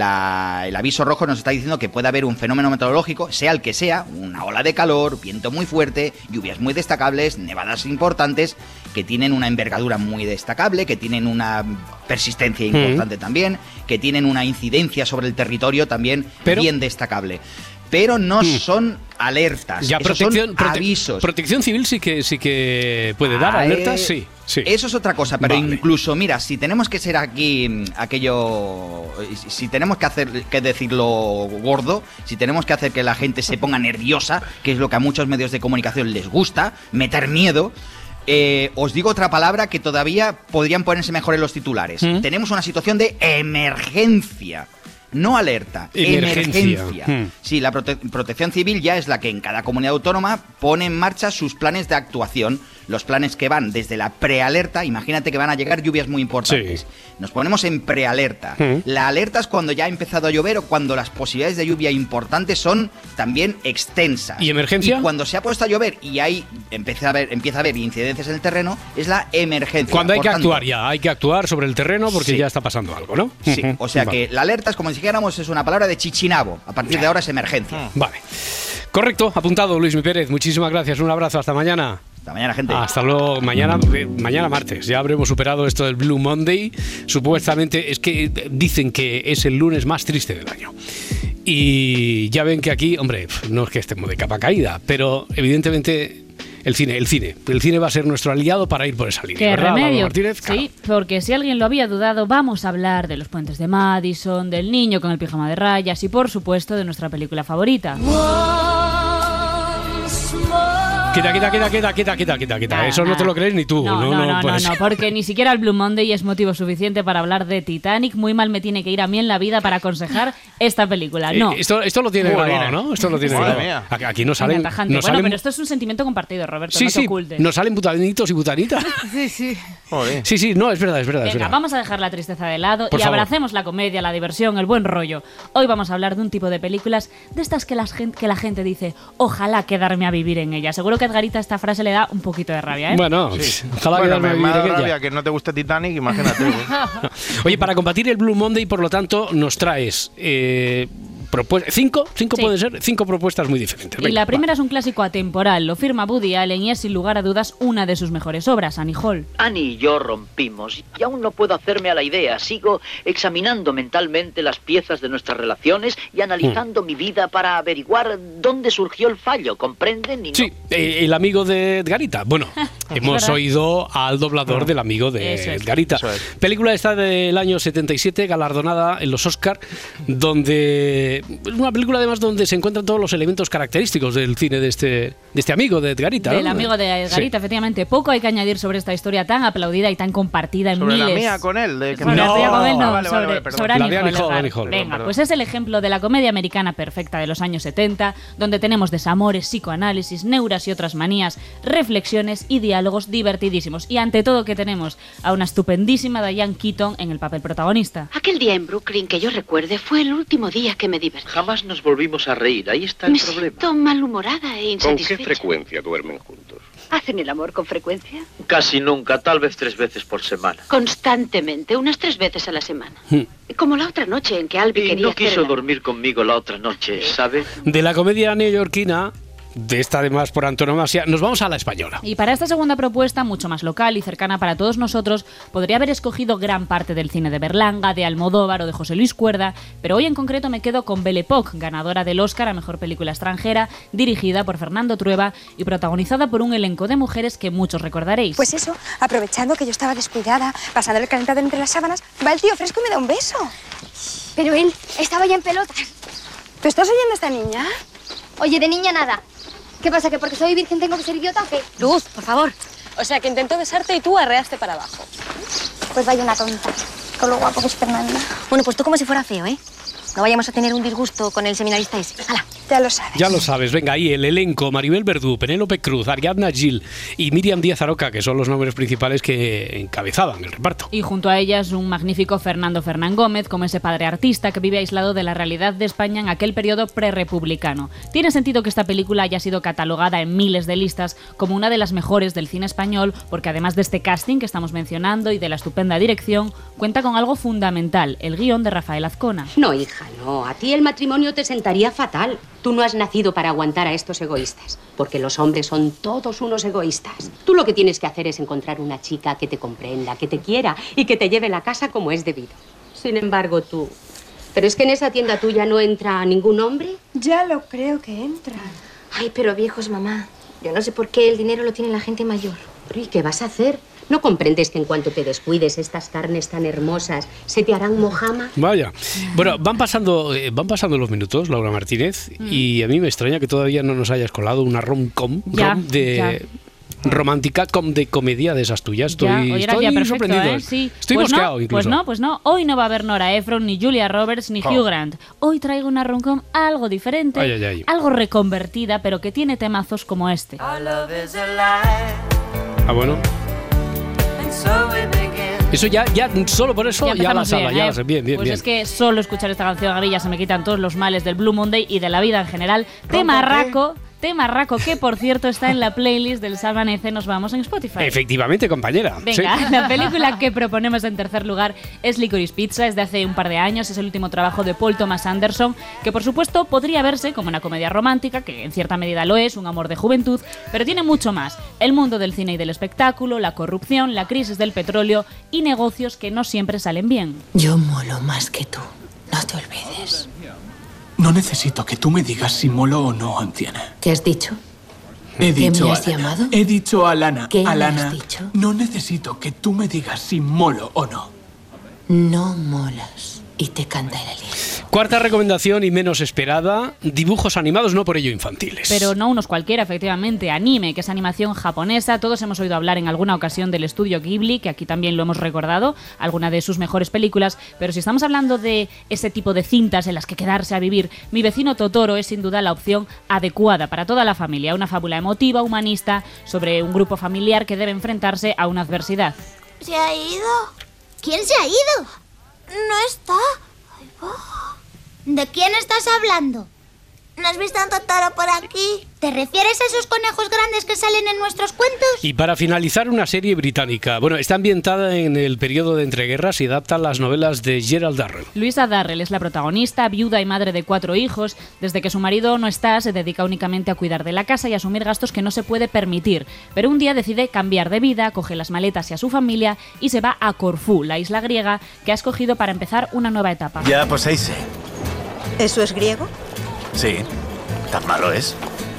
La, el aviso rojo nos está diciendo que puede haber un fenómeno meteorológico, sea el que sea, una ola de calor, viento muy fuerte, lluvias muy destacables, nevadas importantes, que tienen una envergadura muy destacable, que tienen una persistencia importante mm. también, que tienen una incidencia sobre el territorio también Pero... bien destacable. Pero no mm. son alertas, ya, protección, son prote avisos. Protección Civil sí que sí que puede dar ah, alertas, sí, sí. Eso es otra cosa, pero vale. incluso, mira, si tenemos que ser aquí aquello, si tenemos que hacer que decirlo gordo, si tenemos que hacer que la gente se ponga nerviosa, que es lo que a muchos medios de comunicación les gusta, meter miedo. Eh, os digo otra palabra que todavía podrían ponerse mejor en los titulares. ¿Mm? Tenemos una situación de emergencia. No alerta, emergencia. emergencia. Hmm. Sí, la prote protección civil ya es la que en cada comunidad autónoma pone en marcha sus planes de actuación. Los planes que van desde la prealerta, imagínate que van a llegar lluvias muy importantes. Sí. Nos ponemos en prealerta. Hmm. La alerta es cuando ya ha empezado a llover o cuando las posibilidades de lluvia importantes son también extensas. ¿Y emergencia? Y cuando se ha puesto a llover y ahí empieza a haber, empieza a haber incidencias en el terreno, es la emergencia. Cuando hay Por que tanto, actuar ya, hay que actuar sobre el terreno porque sí. ya está pasando algo, ¿no? Sí, o sea vale. que la alerta es como si dijéramos es una palabra de chichinabo. A partir de ahora es emergencia. Vale. Correcto, apuntado, Luis Mi Pérez. Muchísimas gracias. Un abrazo. Hasta mañana. Hasta mañana, gente. Hasta luego. Mañana, eh, mañana martes. Ya habremos superado esto del Blue Monday. Supuestamente es que dicen que es el lunes más triste del año. Y ya ven que aquí, hombre, no es que estemos de capa caída, pero evidentemente el cine, el cine. El cine va a ser nuestro aliado para ir por esa línea. ¿Qué ¿verdad, remedio? Martínez? Claro. Sí, porque si alguien lo había dudado, vamos a hablar de los puentes de Madison, del niño con el pijama de rayas y, por supuesto, de nuestra película favorita. Quita, quita, quita, quita, quita, quita, quita, quita. Nah, Eso nah. no te lo crees ni tú. No, no, no, no, no, pues. no, no, porque ni siquiera el Blue Monday es motivo suficiente para hablar de Titanic. Muy mal me tiene que ir a mí en la vida para aconsejar esta película. No. Eh, esto, esto lo tiene grabado, ¿no? Esto lo tiene grabado. Aquí, aquí no salen. No bueno, salen... pero esto es un sentimiento compartido, Roberto. Sí, no sí. te ocultes. Nos salen butanitos y butanitas. Sí, sí. Joder. Sí, sí, no, es verdad, es verdad. Venga, es verdad. vamos a dejar la tristeza de lado Por y favor. abracemos la comedia, la diversión, el buen rollo. Hoy vamos a hablar de un tipo de películas de estas que la gente, que la gente dice, ojalá quedarme a vivir en ella. Seguro que a Edgarita esta frase le da un poquito de rabia, ¿eh? Bueno, sí. ojalá bueno, quedarme me, a me vivir ha dado en ella. rabia que no te guste Titanic, imagínate. Pues. Oye, para combatir el Blue Monday, por lo tanto, nos traes eh, cinco, cinco Sí. puede ser, cinco propuestas muy diferentes. Y Venga, la primera va. es un clásico atemporal, lo firma Woody Allen y es sin lugar a dudas una de sus mejores obras, Annie Hall. Annie y yo rompimos y aún no puedo hacerme a la idea. Sigo examinando mentalmente las piezas de nuestras relaciones y analizando mm. mi vida para averiguar dónde surgió el fallo, ¿comprenden? Y no... Sí, eh, el amigo de Edgarita. Bueno, hemos oído al doblador del amigo de Eso es. Edgarita. Eso es. Película esta del año setenta y siete, galardonada en los Oscar, donde es una película además donde se encuentran todos los elementos característicos del cine de este, de este amigo de Edgarita. Del ¿no? amigo de Edgarita, Sí. efectivamente. Poco hay que añadir sobre esta historia tan aplaudida y tan compartida en Sobre miles. la mía con él. De que Sobre me- la tuya con él, no, Ah, vale, sobre, vale, vale, perdón. sobre La Annie de Hall, Annie Hall, Edgar. Annie Hall, Venga, perdón. pues es el ejemplo de la comedia americana perfecta de los años setenta, donde tenemos desamores, psicoanálisis, neuras y otras manías, reflexiones y diálogos divertidísimos. Y ante todo que tenemos a una estupendísima Diane Keaton en el papel protagonista. Aquel día en Brooklyn que yo recuerde fue el último día que me divertí. Jamás nos volvimos a reír, ahí está el Me problema. siento malhumorada e ¿Con qué insatisfecha. frecuencia duermen juntos? ¿Hacen el amor con frecuencia? Casi nunca, tal vez tres veces por semana. Constantemente, unas tres veces a la semana. Hmm. Como la otra noche en que Albi Y quería no hacer quiso el- dormir conmigo la otra noche, ¿sabe? De la comedia neoyorquina, de esta además por antonomasia, nos vamos a la española. Y para esta segunda propuesta, mucho más local y cercana para todos nosotros, podría haber escogido gran parte del cine de Berlanga, de Almodóvar o de José Luis Cuerda, pero hoy en concreto me quedo con Belle Époque, ganadora del Oscar a Mejor Película Extranjera, dirigida por Fernando Trueba y protagonizada por un elenco de mujeres que muchos recordaréis. Pues eso, aprovechando que yo estaba descuidada, pasando el calentador entre las sábanas, va el tío fresco y me da un beso. Pero él estaba ya en pelotas. ¿Tú estás oyendo a esta niña? Oye, de niña nada. ¿Qué pasa, que porque soy virgen tengo que ser idiota o qué? Luz, por favor. O sea, que intentó besarte y tú arreaste para abajo. Pues vaya una tonta. con lo guapo que es Fernanda. Bueno, pues tú como si fuera feo, ¿eh? No vayamos a tener un disgusto con el seminarista ese. ¡Hala! Ya lo sabes. Ya lo sabes, venga, ahí el elenco: Maribel Verdú, Penélope Cruz, Ariadna Gil y Miriam Díaz Aroca, que son los nombres principales que encabezaban el reparto. Y junto a ellas un magnífico Fernando Fernán Gómez, como ese padre artista que vive aislado de la realidad de España en aquel periodo prerrepublicano. Tiene sentido que esta película haya sido catalogada en miles de listas como una de las mejores del cine español, porque además de este casting que estamos mencionando y de la estupenda dirección, cuenta con algo fundamental: el guión de Rafael Azcona. No, hija, no. A ti el matrimonio te sentaría fatal. Tú no has nacido para aguantar a estos egoístas, porque los hombres son todos unos egoístas. Tú lo que tienes que hacer es encontrar una chica que te comprenda, que te quiera y que te lleve la casa como es debido. Sin embargo, tú... ¿Pero es que en esa tienda tuya no entra ningún hombre? Ya lo creo que entra. Ay, pero viejos, mamá. Yo no sé por qué el dinero lo tiene la gente mayor. ¿Y qué vas a hacer? ¿No comprendes que en cuanto te descuides estas carnes tan hermosas se te harán mojama? Vaya. Bueno, van pasando, eh, van pasando los minutos, Laura Martínez, mm. y a mí me extraña que todavía no nos hayas colado una rom-com ya, rom de... Ya. romántica com de comedia de esas tuyas. Estoy, ya, hoy era estoy día perfecto, sorprendido. ¿eh? Sí. Estoy pues mosqueado no, incluso. Pues no, pues no. Hoy no va a haber Nora Ephron, ni Julia Roberts, ni oh. Hugh Grant. Hoy traigo una rom-com algo diferente, ay, ay, ay. algo reconvertida, pero que tiene temazos como este. Ah, bueno. Eso ya, ya solo por eso ya, ya la sala, ya ¿eh? la sé. Bien, bien, pues bien. es que solo escuchar esta canción a mí ya se me quitan todos los males del Blue Monday y de la vida en general. Temarraco, temarraco que por cierto está en la playlist del Salvanece Nos Vamos en Spotify. Efectivamente, compañera. Venga, sí. La película que proponemos en tercer lugar es Licorice Pizza, es de hace un par de años, es el último trabajo de Paul Thomas Anderson, que por supuesto podría verse como una comedia romántica, que en cierta medida lo es, un amor de juventud, pero tiene mucho más: el mundo del cine y del espectáculo, la corrupción, la crisis del petróleo y negocios que no siempre salen bien. Yo molo más que tú, no te olvides. No necesito que tú me digas si molo o no, Antiana. ¿Qué has dicho? He ¿Qué dicho me has a Lana. llamado? He dicho a Lana. ¿Qué a me Lana, has dicho? No necesito que tú me digas si molo o no. No molas y te canta el alien. Cuarta recomendación y menos esperada: dibujos animados, no por ello infantiles. Pero no unos cualquiera, efectivamente. Anime, que es animación japonesa. Todos hemos oído hablar en alguna ocasión del estudio Ghibli, que aquí también lo hemos recordado, alguna de sus mejores películas. Pero si estamos hablando de ese tipo de cintas en las que quedarse a vivir, Mi vecino Totoro es sin duda la opción adecuada para toda la familia. Una fábula emotiva, humanista, sobre un grupo familiar que debe enfrentarse a una adversidad. ¿Se ha ido? ¿Quién se ha ido? No está. Ay, va. ¿De quién estás hablando? ¿No has visto a un Totoro por aquí? ¿Te refieres a esos conejos grandes que salen en nuestros cuentos? Y para finalizar, una serie británica. Bueno, está ambientada en el periodo de entreguerras y adapta las novelas de Gerald Darrell. Louisa Darrell es la protagonista, viuda y madre de cuatro hijos. Desde que su marido no está, se dedica únicamente a cuidar de la casa y asumir gastos que no se puede permitir. Pero un día decide cambiar de vida, coge las maletas y a su familia y se va a Corfú, la isla griega que ha escogido para empezar una nueva etapa. Ya poseíse. ¿Eso es griego? Sí. ¿Tan malo es?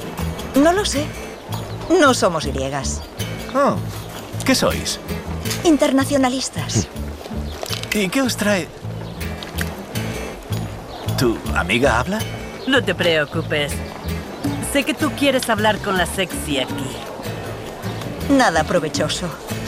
No lo sé. No somos griegas. Oh, ¿qué sois? Internacionalistas. ¿Y qué os trae? ¿Tu amiga habla? No te preocupes. Sé que tú quieres hablar con la sexy aquí. Nada provechoso.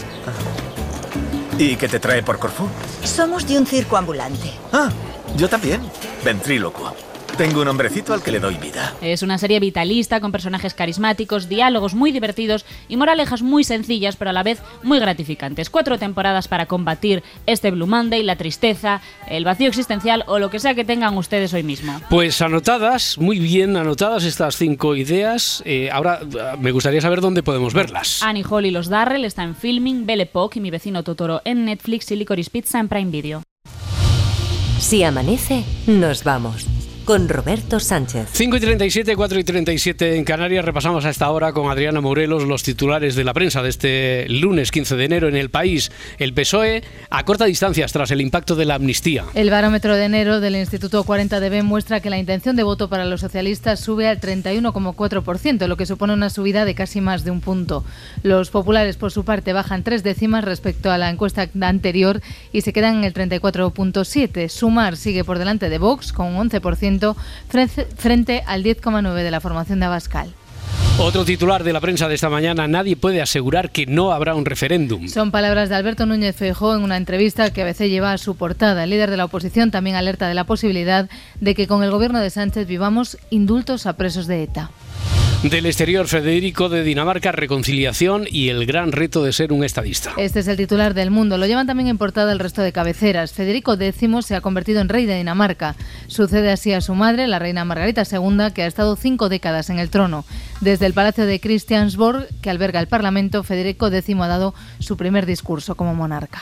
¿Y qué te trae por Corfú? Somos de un circo ambulante. Ah, yo también. Ventrílocuo. Tengo un hombrecito al que le doy vida. Es una serie vitalista con personajes carismáticos, diálogos muy divertidos y moralejas muy sencillas, pero a la vez muy gratificantes. Cuatro temporadas para combatir este Blue Monday, la tristeza, el vacío existencial o lo que sea que tengan ustedes hoy mismo. Pues anotadas, muy bien anotadas estas cinco ideas. Eh, ahora me gustaría saber dónde podemos verlas. Annie Hall y los Darrell está en Filming, Belle Époque y Mi vecino Totoro en Netflix y Licorice Pizza en Prime Video. Si amanece, nos vamos. Con Roberto Sánchez. cinco y treinta y siete, cuatro y treinta y siete en Canarias. Repasamos a esta hora con Adriana Morelos los titulares de la prensa de este lunes quince de enero en El País. El P S O E acorta distancias tras el impacto de la amnistía. El barómetro de enero del Instituto cuarenta D B muestra que la intención de voto para los socialistas sube al treinta y uno coma cuatro por ciento, lo que supone una subida de casi más de un punto. Los populares, por su parte, bajan tres décimas respecto a la encuesta anterior y se quedan en el treinta y cuatro coma siete. Sumar sigue por delante de Vox con un once por ciento frente al diez coma nueve por ciento de la formación de Abascal. Otro titular de la prensa de esta mañana: nadie puede asegurar que no habrá un referéndum. Son palabras de Alberto Núñez Feijóo en una entrevista que A B C lleva a su portada. El líder de la oposición también alerta de la posibilidad de que con el gobierno de Sánchez vivamos indultos a presos de ETA. Del exterior, Federico de Dinamarca, reconciliación y el gran reto de ser un estadista. Este es el titular del Mundo. Lo llevan también en portada el resto de cabeceras. Federico décimo se ha convertido en rey de Dinamarca. Sucede así a su madre, la reina Margarita segunda, que ha estado cinco décadas en el trono. Desde el Palacio de Christiansborg, que alberga el Parlamento, Federico décimo ha dado su primer discurso como monarca.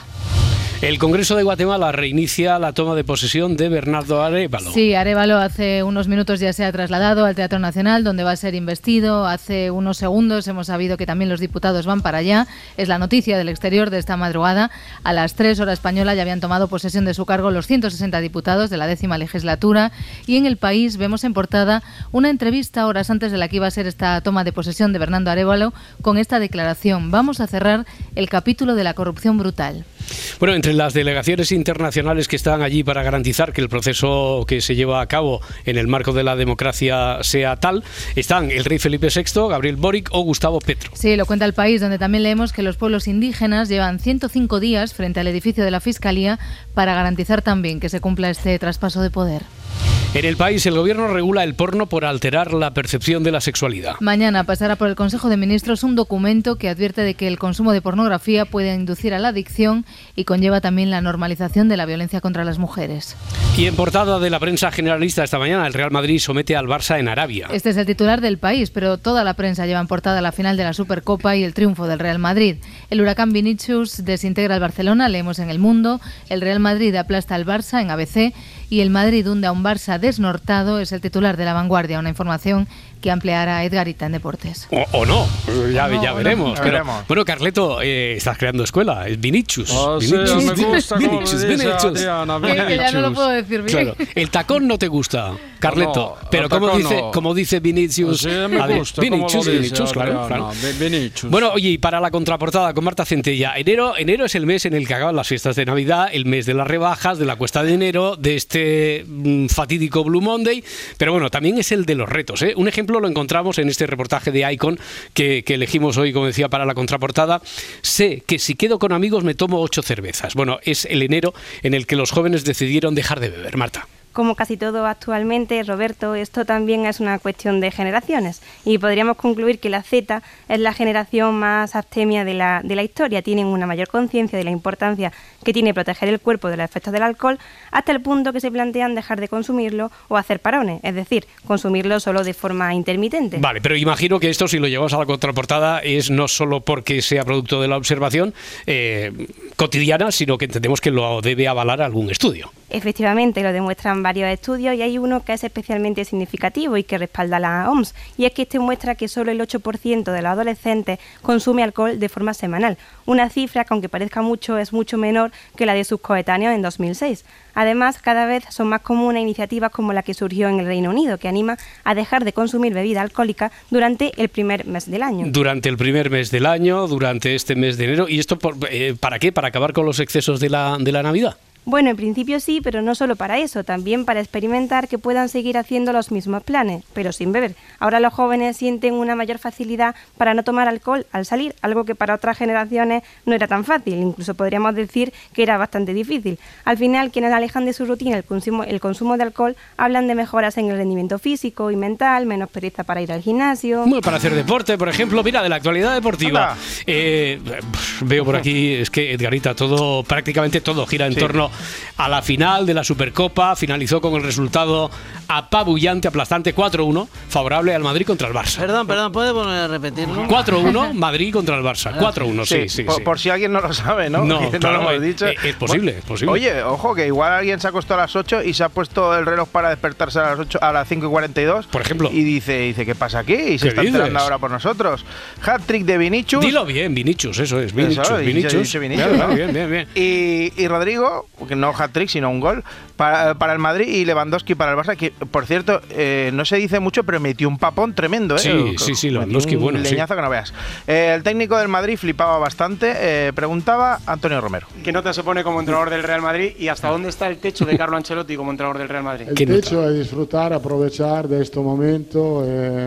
El Congreso de Guatemala reinicia la toma de posesión de Bernardo Arévalo. Sí, Arévalo hace unos minutos ya se ha trasladado al Teatro Nacional, donde va a ser investido. Hace unos segundos hemos sabido que también los diputados van para allá. Es la noticia del exterior de esta madrugada. A las tres hora española ya habían tomado posesión de su cargo los ciento sesenta diputados de la décima legislatura. Y en El País vemos en portada una entrevista horas antes de la que iba a ser esta toma de posesión de Bernardo Arévalo con esta declaración: vamos a cerrar el capítulo de la corrupción brutal. Bueno, entre las delegaciones internacionales que están allí para garantizar que el proceso que se lleva a cabo en el marco de la democracia sea tal, están el rey Felipe sexto, Gabriel Boric o Gustavo Petro. Sí, lo cuenta El País, donde también leemos que los pueblos indígenas llevan ciento cinco días frente al edificio de la Fiscalía para garantizar también que se cumpla este traspaso de poder. En El País, el gobierno regula el porno por alterar la percepción de la sexualidad. Mañana pasará por el Consejo de Ministros un documento que advierte de que el consumo de pornografía puede inducir a la adicción y conlleva también la normalización de la violencia contra las mujeres. Y en portada de la prensa generalista esta mañana, el Real Madrid somete al Barça en Arabia. Este es el titular del País, pero toda la prensa lleva en portada la final de la Supercopa y el triunfo del Real Madrid. El huracán Vinicius desintegra al Barcelona, leemos en El Mundo. El Real Madrid aplasta al Barça en A B C y el Madrid hunde a un Barça desnortado, es el titular de La Vanguardia, una información que ampliará Edgarita en Deportes. O, o no, ya, o no, ya o veremos. no. Pero, veremos. Bueno, Carleto, eh, estás creando escuela, es Vinicius. Oh, Vinicius, sí, me gusta Vinicius, Vinicius. Adriana, Que, que ya no lo puedo decir bien. Claro. El tacón no te gusta, Carleto, No, pero el como tacón dice, no. como dice Vinicius. Sí, me a ver, gusta, Vinicius, como lo dice Vinicius, claro, Adriana, claro. Vinicius. Bueno, oye, y para la contraportada con Marta Centella, enero, enero es el mes en el que acaban las fiestas de Navidad, el mes de las rebajas, de la cuesta de enero, de este mm, fatídico Blue Monday, pero bueno, también es el de los retos, ¿eh? Un ejemplo lo encontramos en este reportaje de Icon que, que elegimos hoy, como decía, para la contraportada. Sé que si quedo con amigos me tomo ocho cervezas. Bueno, es el enero en el que los jóvenes decidieron dejar de beber. Marta. Como casi todo actualmente, Roberto, esto también es una cuestión de generaciones y podríamos concluir que la Z es la generación más abstemia de la, de la historia. Tienen una mayor conciencia de la importancia que tiene proteger el cuerpo de los efectos del alcohol, hasta el punto que se plantean dejar de consumirlo o hacer parones, es decir, consumirlo solo de forma intermitente. Vale, pero imagino que esto, si lo llevamos a la contraportada, es no solo porque sea producto de la observación eh, cotidiana, sino que entendemos que lo debe avalar algún estudio. Efectivamente, lo demuestran varios estudios y hay uno que es especialmente significativo y que respalda la O M S, y es que este muestra que solo el ocho por ciento de los adolescentes consume alcohol de forma semanal, una cifra que, aunque parezca mucho, es mucho menor que la de sus coetáneos en dos mil seis. Además, cada vez son más comunes iniciativas como la que surgió en el Reino Unido, que anima a dejar de consumir bebida alcohólica durante el primer mes del año. Durante el primer mes del año, durante este mes de enero. ¿Y esto por, eh, para qué? ¿Para acabar con los excesos de la, de la Navidad? Bueno, en principio sí, pero no solo para eso, también para experimentar que puedan seguir haciendo los mismos planes, pero sin beber. Ahora los jóvenes sienten una mayor facilidad para no tomar alcohol al salir, algo que para otras generaciones no era tan fácil, incluso podríamos decir que era bastante difícil. Al final, quienes alejan de su rutina el consumo, el consumo de alcohol hablan de mejoras en el rendimiento físico y mental, menos pereza para ir al gimnasio. Bueno, para hacer deporte, por ejemplo, mira, de la actualidad deportiva. Eh, veo por aquí, es que Edgarita, todo, prácticamente todo gira en sí. torno a la final de la Supercopa. Finalizó con el resultado apabullante, aplastante, cuatro uno, favorable al Madrid contra el Barça. Perdón, perdón, ¿puede volver a repetirlo? cuatro uno, Madrid contra el Barça. cuatro uno, sí, sí, sí, por, sí. por si alguien no lo sabe, ¿no? No, no claro, lo hemos dicho. Es, es posible, es posible. Oye, ojo, que igual alguien se acostó a las ocho y se ha puesto el reloj para despertarse a las ocho, a las cinco y cuarenta y dos. Por ejemplo. Y dice, dice ¿qué pasa aquí? Y se está dices? enterando ahora por nosotros. Hat-trick de Vinicius. Dilo bien, Vinicius, eso es, Vinicius. Eso, Vinicius. Vinicius, Bien, ¿no? bien, bien, bien. Y, y Rodrigo, que no hat-trick, sino un gol, para, para el Madrid, y Lewandowski para el Barça, que por cierto, eh, no se dice mucho, pero metió un papón tremendo, ¿eh? Sí, sí, sí, Lewandowski, bueno, un leñazo sí. que no veas. Eh, el técnico del Madrid flipaba bastante, eh, preguntaba Antonio Romero. ¿Qué nota se pone como entrenador del Real Madrid y hasta dónde está el techo de Carlo Ancelotti como entrenador del Real Madrid? El techo es disfrutar, aprovechar de este momento, eh,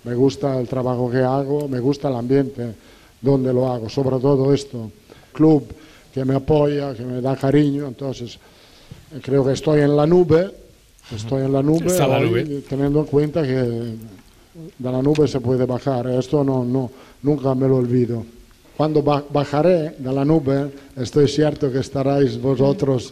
me gusta el trabajo que hago, me gusta el ambiente donde lo hago, sobre todo esto, club que me apoya, que me da cariño, entonces creo que estoy en la nube, estoy en la nube, Está la hoy, nube. teniendo en cuenta que de la nube se puede bajar, esto no, no, nunca me lo olvido. Cuando ba- bajaré de la nube, estoy cierto que estaréis vosotros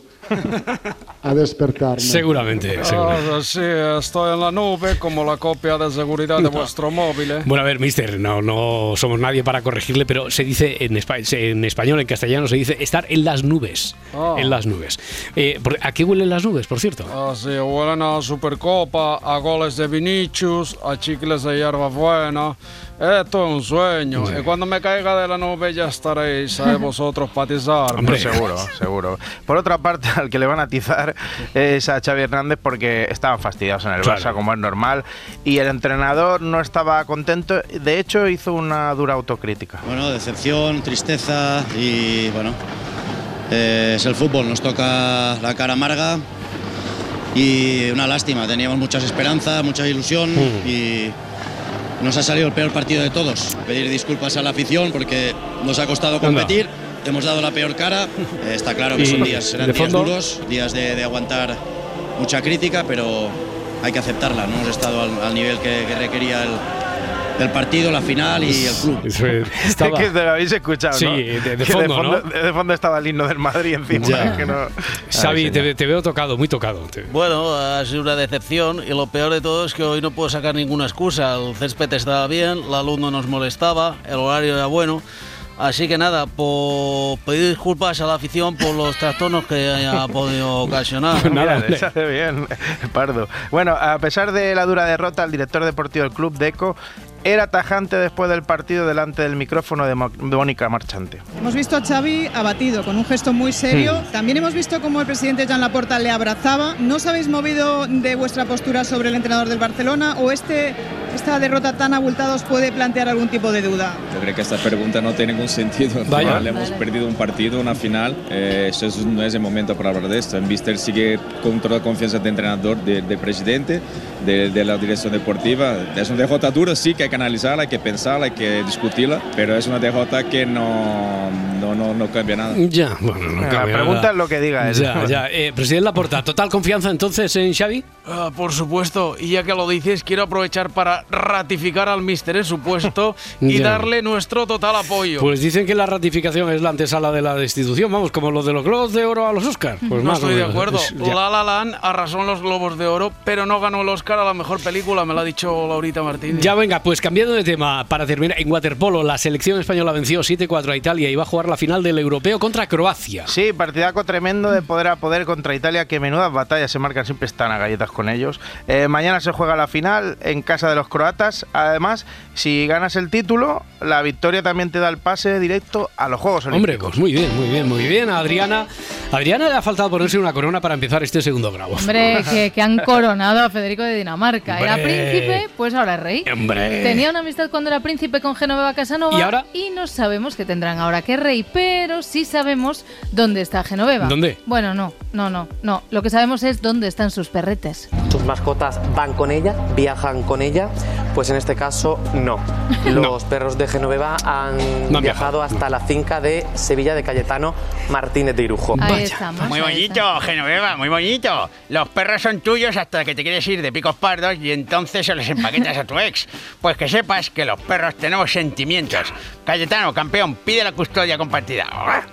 a despertarme. Seguramente, seguramente. Ah, sí, estoy en la nube como la copia de seguridad de vuestro móvil. ¿eh? Bueno, a ver, mister, no, no somos nadie para corregirle, pero se dice en, espa- en español, en castellano, se dice estar en las nubes. Ah. En las nubes. Eh, por- ¿A qué huelen las nubes, por cierto? Ah, sí, huelen a Supercopa, a goles de Vinicius, a chicles de hierbabuena. Esto es un sueño. Sí. Y cuando me caiga de la nube ya estaréis a vosotros patizar. Hombre, seguro, seguro. Por otra parte, al que le van a atizar es a Xavi Hernández porque estaban fastidiados en el Claro. Barça, como es normal, y el entrenador no estaba contento. De hecho, hizo una dura autocrítica. Bueno, decepción, tristeza y bueno, eh, es el fútbol, nos toca la cara amarga y una lástima, teníamos muchas esperanzas, mucha ilusión Mm. y nos ha salido el peor partido de todos. Pedir disculpas a la afición porque nos ha costado competir, hemos dado la peor cara, eh, está claro que Y son días, serán de días fondo. duros, días de, de aguantar mucha crítica, pero hay que aceptarla, no hemos estado al, al nivel que, que requería el, el partido, la final y el club. Eso es- estaba- Es que te lo habéis escuchado, Sí, ¿no? de- de Que fondo, ¿no? de fondo estaba el himno del Madrid encima. Ya. es que no- Xavi, Ay, te, señor. te veo tocado, muy tocado. Te- Bueno, ha sido una decepción y lo peor de todo es que hoy no puedo sacar ninguna excusa. El césped estaba bien, la luz no nos molestaba, el horario era bueno. Así que nada, por pedir disculpas a la afición por los trastornos que haya podido ocasionar. Mira, le sale bien, Pardo. Bueno, a pesar de la dura derrota, el director deportivo del club, Deco, era tajante después del partido delante del micrófono de Mo- de Mónica Marchante. Hemos visto a Xavi abatido, con un gesto muy serio. Sí. También hemos visto cómo el presidente Joan Laporta le abrazaba. ¿No os habéis movido de vuestra postura sobre el entrenador del Barcelona o este, esta derrota tan abultada os puede plantear algún tipo de duda? Yo creo que esta pregunta no tiene ningún sentido. Vaya. Vale, hemos perdido un partido, una final. Eh, eso es- no es el momento para hablar de esto. En Mister sigue con toda la confianza de entrenador, de, de presidente, de, de la dirección deportiva. Es una derrota dura, sí, que hay que analizarla, hay que pensarla, hay que discutirla, pero es una derrota que no, no, no, no cambia nada. Ya, bueno, no La cambia pregunta nada. es lo que diga él. Ya, ya. Eh, presidente Laporta, ¿total confianza entonces en Xavi? Ah, por supuesto, y ya que lo dices, quiero aprovechar para ratificar al míster en su puesto y Ya. darle nuestro total apoyo. Pues dicen que la ratificación es la antesala de la destitución, vamos, como lo de los Globos de Oro a los Oscars. Pues no más o estoy de menos. acuerdo. Es- ya. La La Land arrasó en los Globos de Oro, pero no ganó el Oscar a la mejor película, me lo ha dicho Laurita Martínez. Ya venga, pues cambiando de tema, para terminar, en waterpolo la selección española venció siete cuatro a Italia y va a jugar la final del europeo contra Croacia. Sí, partidaco tremendo de poder a poder contra Italia, que menudas batallas se marcan, siempre están a galletas con ellos. Eh, mañana se juega la final en casa de los croatas. Además, si ganas el título, la victoria también te da el pase directo a los Juegos Hombre, Olímpicos. pues muy bien, muy bien, muy bien. A Adriana, a Adriana le ha faltado ponerse una corona para empezar este segundo grado. Hombre, que, que han coronado a Federico de Dinamarca. Era Hombre. príncipe, pues ahora es rey. Hombre. Tenía una amistad cuando era príncipe con Genoveva Casanova. ¿Y ahora? Y no sabemos qué tendrán ahora que es rey, pero sí sabemos dónde está Genoveva. ¿Dónde? Bueno, no, no, no, no. Lo que sabemos es dónde están sus perretes. ¿Tus mascotas van con ella? ¿Viajan con ella? Pues en este caso, no. Los perros de Genoveva han No han viajado hasta la finca de Sevilla de Cayetano Martínez de Irujo. Ahí estamos. Muy ahí bonito, Genoveva, muy bonito. Los perros son tuyos hasta que te quieres ir de picos pardos y entonces se los empaquetas a tu ex. Pues que sepas que los perros tenemos sentimientos. Cayetano, campeón, pide la custodia compartida.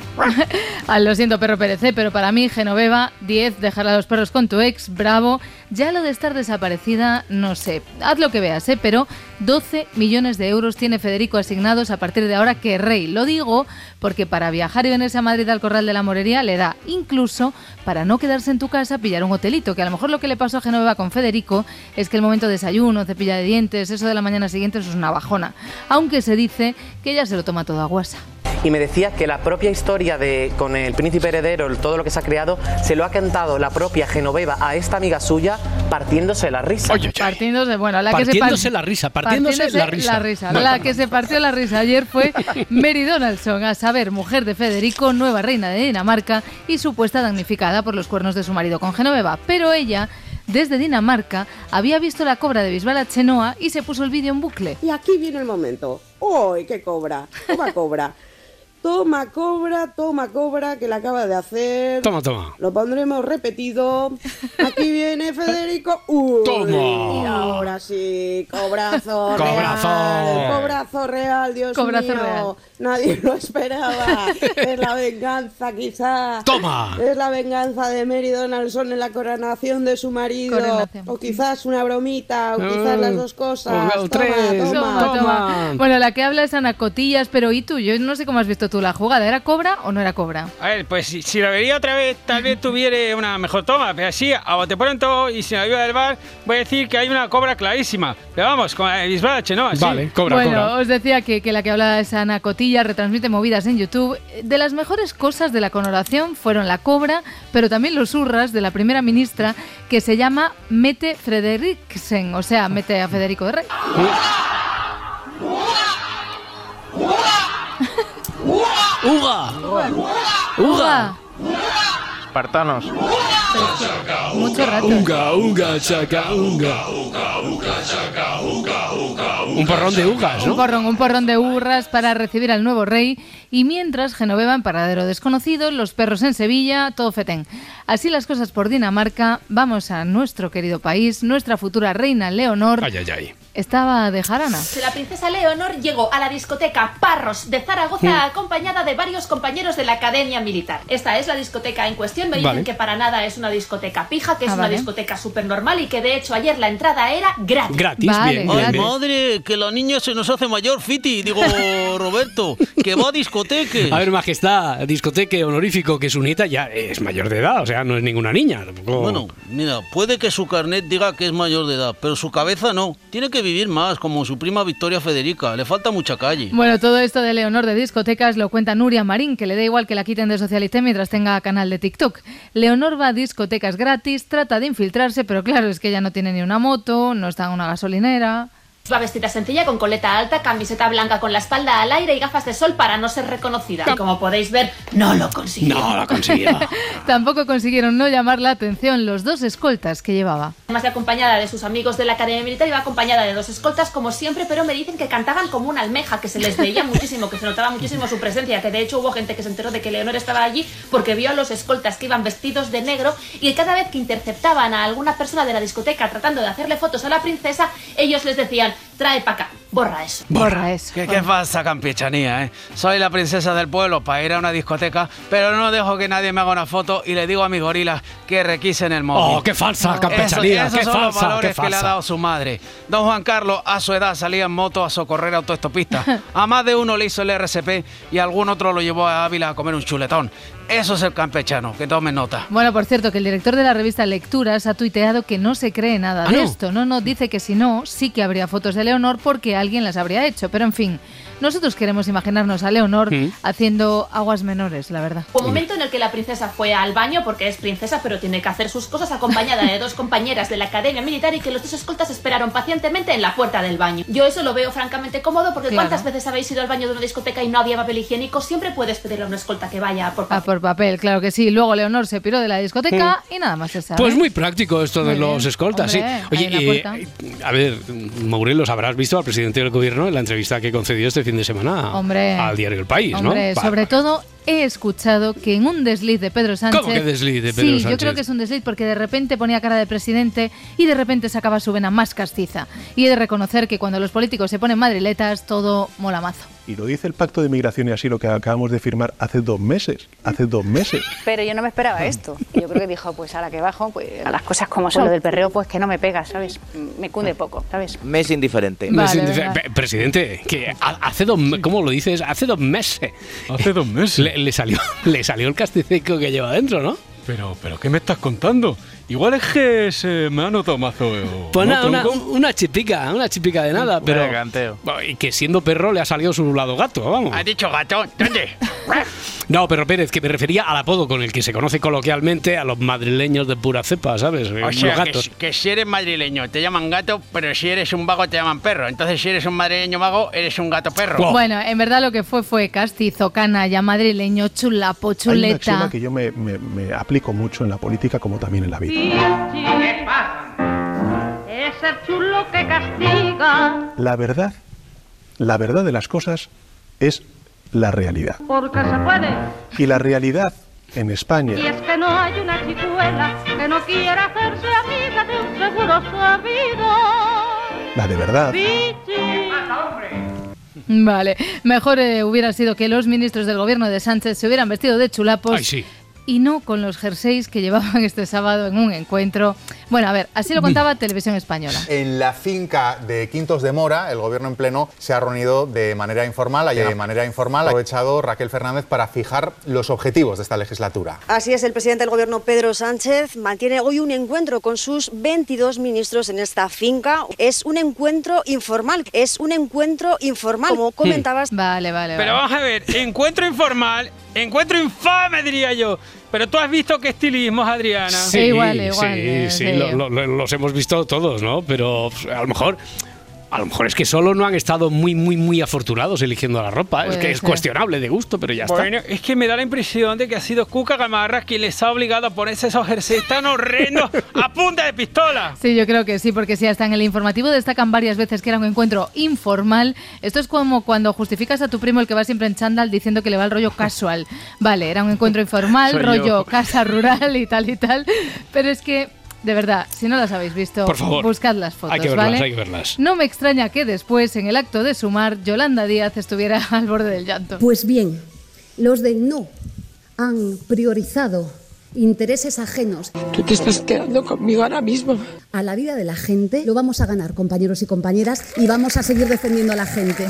Ah, lo siento, perro Pérez, pero para mí, Genoveva, diez, dejar a los perros con tu ex, bravo. Ya lo de estar desaparecida, no sé. Haz lo que veas, ¿eh? Pero doce millones de euros tiene Federico asignados a partir de ahora que rey. Lo digo porque para viajar y venirse a Madrid al Corral de la Morería le da, incluso para no quedarse en tu casa, pillar un hotelito, que a lo mejor lo que le pasó a Genoveva con Federico es que el momento de desayuno, cepilla de dientes, eso de la mañana siguiente, eso es una bajona. Aunque se dice que ella se lo toma todo a guasa. Y me decía que la propia historia de con el príncipe heredero, el- todo lo que se ha creado, se lo ha cantado la propia Genoveva a esta amiga suya partiéndose la risa. Partiéndose, bueno, la que se Partiéndose par- la risa, partiéndose la risa. La risa. La que se partió la risa ayer fue Mary Donaldson, a saber, mujer de Federico, nueva reina de Dinamarca y supuesta damnificada por los cuernos de su marido con Genoveva. Pero ella desde Dinamarca, había visto la cobra de Bisbal a Chenoa y se puso el vídeo en bucle. Y aquí viene el momento. ¡Uy, qué cobra! Toma cobra. Toma cobra, toma cobra, que la acaba de hacer. Toma, toma. Lo pondremos repetido. Aquí viene Federico. Uy, toma. Y ahora sí, cobrazo, cobrazo real. Cobrazo real, Dios cobrazo mío. Real. Nadie lo esperaba. Es la venganza, quizá. Toma. Es la venganza de Mary Donaldson en la coronación de su marido. Coronación. O quizás una bromita, o quizás las dos cosas. O toma, tres. toma, Toma, toma. Bueno, la que habla es Ana Cotillas, pero ¿y tú? Yo no sé cómo has visto tú la jugada. ¿Era cobra o no era cobra? A ver, pues si, si la vería otra vez, tal vez tuviera una mejor toma. Pero así, a bote pronto y sin ayuda del V A R, voy a decir que hay una cobra clarísima. Pero vamos, con el Bisbal a Chenoa, sí. Vale, cobra, bueno, cobra. os decía que, que la que habla es Ana Cotillas, retransmite movidas en YouTube. De las mejores cosas de la coronación fueron la cobra, pero también los hurras de la primera ministra, que se llama Mette Frederiksen, o sea, Mete a Federico de Rey. ¡Uga! ¡Uga! Espartanos. Mucho rato. Unga, unga, chaca, unga. Un porrón de ugas, ¿no? Un porrón, un porrón de hurras para recibir al nuevo rey. Y mientras, Genoveva en paradero desconocido, los perros en Sevilla, todo fetén. Así las cosas por Dinamarca, vamos a nuestro querido país. Nuestra futura reina Leonor Ay, ay, ay. estaba de jarana. La princesa Leonor llegó a la discoteca Parros de Zaragoza acompañada de varios compañeros de la Academia Militar. Esta es la discoteca en cuestión. Me dicen Vale. que para nada es una discoteca pija, que es Ah, una vale. discoteca súper normal y que de hecho ayer la entrada era gratis. Gratis, Vale, bien, gratis. bien, Ay, bien. madre, que la niña se nos hace mayor, Fiti. Digo, Roberto, que va a discoteques. A ver, majestad, discoteque honorífico que su nieta ya es mayor de edad, o sea, no es ninguna niña. Tampoco... Bueno, mira, puede que su carnet diga que es mayor de edad, pero su cabeza no. Tiene que vivir más, como su prima Victoria Federica. Le falta mucha calle. Bueno, todo esto de Leonor de discotecas lo cuenta Nuria Marín, que le da igual que la quiten de Socialité mientras tenga canal de TikTok. Leonor va a discotecas gratis, trata de infiltrarse, pero claro, es que ella no tiene ni una moto, no está en una gasolinera. Va vestida sencilla con coleta alta, camiseta blanca con la espalda al aire y gafas de sol para no ser reconocida. Y como podéis ver, no lo consiguió. No lo consiguió. Tampoco consiguieron no llamar la atención los dos escoltas que llevaba. Además de acompañada de sus amigos de la Academia Militar, iba acompañada de dos escoltas como siempre, pero me dicen que cantaban como una almeja, que se les veía muchísimo, que se notaba muchísimo su presencia, que de hecho hubo gente que se enteró de que Leonor estaba allí porque vio a los escoltas que iban vestidos de negro y cada vez que interceptaban a alguna persona de la discoteca tratando de hacerle fotos a la princesa, ellos les decían: trae para acá, borra eso. Borra eso. ¿Qué, qué pasa, campechanía, eh? Soy la princesa del pueblo para ir a una discoteca, pero no dejo que nadie me haga una foto y le digo a mis gorilas que requisen el móvil. ¡Oh, qué falsa, campechanía! Eso- esos ¡Qué son los falsa, valores qué que le ha falsa! dado su madre. Don Juan Carlos, a su edad, salía en moto a socorrer autoestopistas. A más de uno le hizo el R S P y algún otro lo llevó a Ávila a comer un chuletón. Eso es el campechano, que tomen nota. Bueno, por cierto, que el director de la revista Lecturas ha tuiteado que no se cree nada ¿Ah, de no? esto. No, no, dice que si no, sí que habría fotos de Leonor porque alguien las habría hecho. Pero en fin, nosotros queremos imaginarnos a Leonor ¿Mm? haciendo aguas menores, la verdad. Hubo un momento en el que la princesa fue al baño, porque es princesa, pero tiene que hacer sus cosas acompañada de dos compañeras de la Academia Militar y que los dos escoltas esperaron pacientemente en la puerta del baño. Yo eso lo veo francamente cómodo porque Claro. ¿cuántas veces habéis ido al baño de una discoteca y no había papel higiénico? Siempre puedes pedirle a una escolta que vaya por Ah, papel. por papel, claro que sí. Luego Leonor se piró de la discoteca y nada más se sabe. Pues muy práctico esto de Muy los bien. escoltas, Hombre, sí. Oye, ahí en la eh, puerta. a ver, Morelos, habrás visto al presidente del gobierno en la entrevista que concedió este fin de semana Hombre. al diario El País, ¿no? Hombre, Va, sobre va. todo he escuchado que en un desliz de Pedro Sánchez... ¿Cómo que desliz de Pedro Sí, yo Sánchez? creo que es un desliz porque de repente ponía cara de presidente y de repente sacaba su vena más castiza. Y he de reconocer que cuando los políticos se ponen madriletas, todo mola mazo. Y lo dice el Pacto de Migración y Asilo que acabamos de firmar hace dos meses. Hace dos meses. Pero yo no me esperaba esto. Yo creo que dijo, pues a la que bajo, pues a las cosas como son. Lo del perreo, pues que no me pega, ¿sabes? Me cunde poco, ¿sabes? Me es indiferente. Me es Vale, indifer- venga. Pe- Presidente, que ha- hace dos, me- ¿cómo lo dices? Hace dos meses. Hace dos meses. Le, le salió, le salió el casticeco que lleva adentro, ¿no? Pero, pero, ¿qué me estás contando? Igual es que se me ha notado mazo. o- Pues ¿no, nada, una, tronco? un- una chipica, una chipica de nada, pero. Venga, canteo. Bueno, y que siendo perro le ha salido su lado gato, vamos. ¿Has dicho gato? ¿Dónde? No, pero Pérez, que me refería al apodo con el que se conoce coloquialmente a los madrileños de pura cepa, ¿sabes? O los sea, que, gatos. si- que si eres madrileño te llaman gato, pero si eres un vago te llaman perro. Entonces si eres un madrileño vago, eres un gato perro. Bueno, en verdad lo que fue fue castizo, canalla, madrileño, chulapo, Hay un chuleta. axioma que yo me, me- me aplico mucho en la política como también en la vida. ¿Qué pasa? es ser chulo que castiga. La verdad, la verdad de las cosas es la realidad. Porque se puede. Y la realidad en España. Y es que no hay una chicuela que no quiera hacerse amiga de un seguro sabido. La de verdad. Vale, mejor eh, hubiera sido que los ministros del gobierno de Sánchez se hubieran vestido de chulapos. Ay, sí. Y no con los jerseys que llevaban este sábado en un encuentro. Bueno, a ver, así lo contaba Televisión Española. En la finca de Quintos de Mora, el gobierno en pleno se ha reunido de manera informal. Ayer, de manera informal, ha aprovechado Raquel Fernández para fijar los objetivos de esta legislatura. Así es, el presidente del gobierno, Pedro Sánchez, mantiene hoy un encuentro con sus veintidós ministros en esta finca. Es un encuentro informal, es un encuentro informal, como comentabas. Hmm. Vale, vale, Pero vale. vamos a ver, encuentro informal, encuentro infame, diría yo. Pero tú has visto qué estilismos, Adriana. Sí, igual, igual, sí, eh, sí, sí. lo- lo- lo- los hemos visto todos, ¿no? Pero pues, a lo mejor... A lo mejor es que solo no han estado muy, muy, muy afortunados eligiendo la ropa. Puede es que es ser. cuestionable de gusto, pero ya Bueno, está. es que me da la impresión de que ha sido Cuca Gamarra quien les ha obligado a ponerse esos jerseys tan horrendos a punta de pistola. Sí, yo creo que sí, porque si hasta en el informativo destacan varias veces que era un encuentro informal, esto es como cuando justificas a tu primo el que va siempre en chándal diciendo que le va el rollo casual. Vale, era un encuentro informal, Soy rollo yo. casa rural y tal y tal, pero es que, de verdad, si no las habéis visto, Por favor, buscad las fotos, hay que verlas, ¿vale? hay que verlas. No me extraña que después, en el acto de sumar, Yolanda Díaz estuviera al borde del llanto. Pues bien, los del no han priorizado intereses ajenos. Tú te estás quedando conmigo ahora mismo. A la vida de la gente lo vamos a ganar, compañeros y compañeras, y vamos a seguir defendiendo a la gente.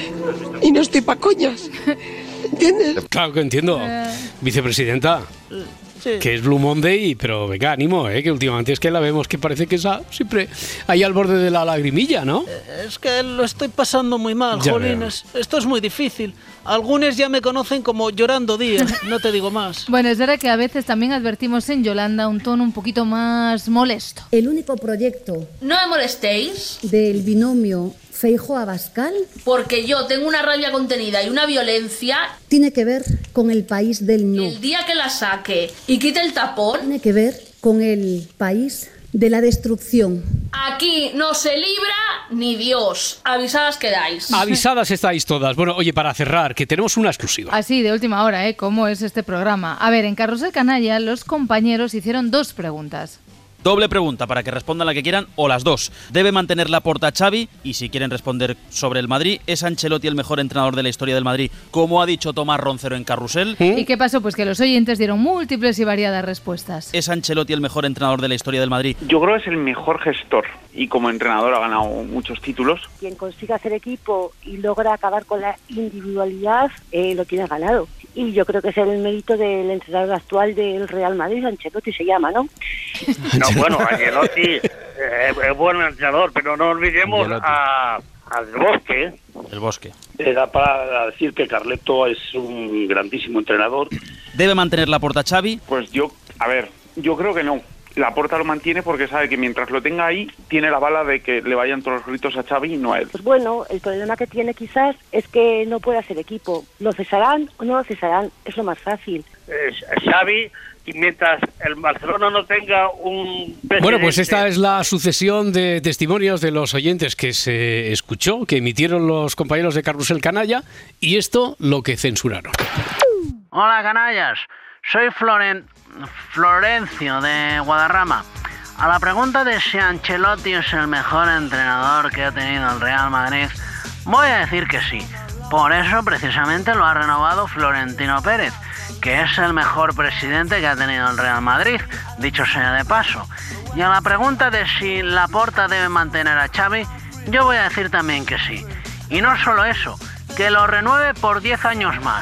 Y no estoy pa' coñas. ¿Entiendes? Claro que entiendo. Vicepresidenta, Sí. que es Blue Monday, pero venga, ánimo, ¿eh? Que últimamente es que la vemos que parece que está siempre ahí al borde de la lagrimilla, ¿no? Es que lo estoy pasando muy mal, Ya jolines. Esto es muy difícil. Algunos ya me conocen como Llorando Díaz, no te digo más. Bueno, es verdad que a veces también advertimos en Yolanda un tono un poquito más molesto. El único proyecto No me molestéis, del binomio Feijóo-Abascal porque yo tengo una rabia contenida y una violencia. tiene que ver con el país del no. El día que la saque y quite el tapón, Tiene que ver con el país de la destrucción. aquí no se libra ni Dios. Avisadas quedáis. Avisadas estáis todas. Bueno, oye, para cerrar, que tenemos una exclusiva. Así, de última hora, ¿eh? ¿Cómo es este programa? A ver, en Carrusel Canalla, los compañeros hicieron dos preguntas. Doble pregunta para que respondan la que quieran o las dos. ¿Debe mantener la porta Xavi? Y si quieren responder sobre el Madrid, ¿es Ancelotti el mejor entrenador de la historia del Madrid? Como ha dicho Tomás Roncero en Carrusel. ¿Y qué pasó? Pues que los oyentes dieron múltiples y variadas respuestas. ¿Es Ancelotti el mejor entrenador de la historia del Madrid? Yo creo que es el mejor gestor y como entrenador ha ganado muchos títulos. Quien consiga hacer equipo y logra acabar con la individualidad, eh, lo tiene ganado. Y yo creo que es el mérito del entrenador actual del Real Madrid, Ancelotti se llama, ¿no? No, bueno, Ancelotti eh, es buen entrenador, pero no olvidemos a, al Bosque. El Bosque. Era para decir que Carleto es un grandísimo entrenador. ¿Debe mantener la porta Xavi? Pues yo, a ver, yo creo que no. Laporta lo mantiene porque sabe que mientras lo tenga ahí, tiene la bala de que le vayan todos los gritos a Xavi y no a él. Pues bueno, el problema que tiene quizás es que no puede hacer equipo. ¿Lo cesarán o no lo cesarán? Es lo más fácil. Eh, Xavi, y mientras el Barcelona no tenga un presidente... Bueno, pues esta es la sucesión de testimonios de los oyentes que se escuchó, que emitieron los compañeros de Carrusel Canalla, y esto lo que censuraron. Hola, canallas. Soy Floren... Florencio de Guadarrama. A la pregunta de si Ancelotti es el mejor entrenador que ha tenido el Real Madrid, voy a decir que sí. Por eso precisamente lo ha renovado Florentino Pérez, que es el mejor presidente que ha tenido el Real Madrid, dicho sea de paso. Y a la pregunta de si Laporta debe mantener a Xavi, yo voy a decir también que sí. Y no solo eso, que lo renueve por diez años más.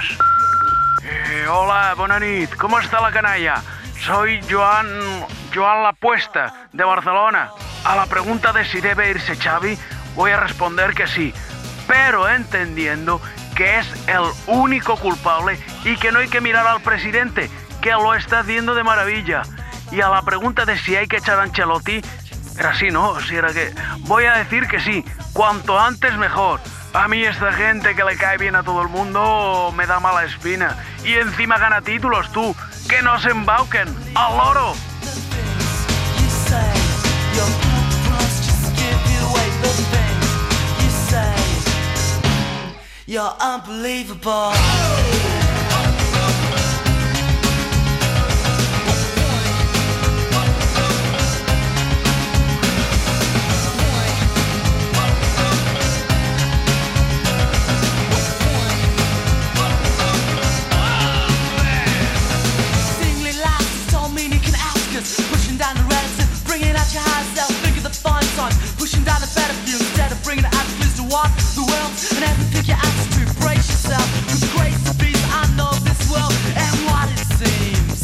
Eh, hola, bona nit. ¿Cómo está la canalla? Soy Joan, Joan Lapuesta, de Barcelona. A la pregunta de si debe irse Xavi, voy a responder que sí, pero entendiendo que es el único culpable y que no hay que mirar al presidente, que lo está haciendo de maravilla. Y a la pregunta de si hay que echar a Ancelotti, era así, ¿no? Si era que... Voy a decir que sí, cuanto antes mejor. A mí esta gente que le cae bien a todo el mundo me da mala espina. Y encima gana títulos, tú. Que no se embauquen. ¡Al loro! You're unbelievable. Pushing down the relative, bringing out your higher self. Think of the fun times, pushing down the better view instead of bringing it out to what the world and everything you have to brace yourself. Cause grace to be, I know this world and what it seems.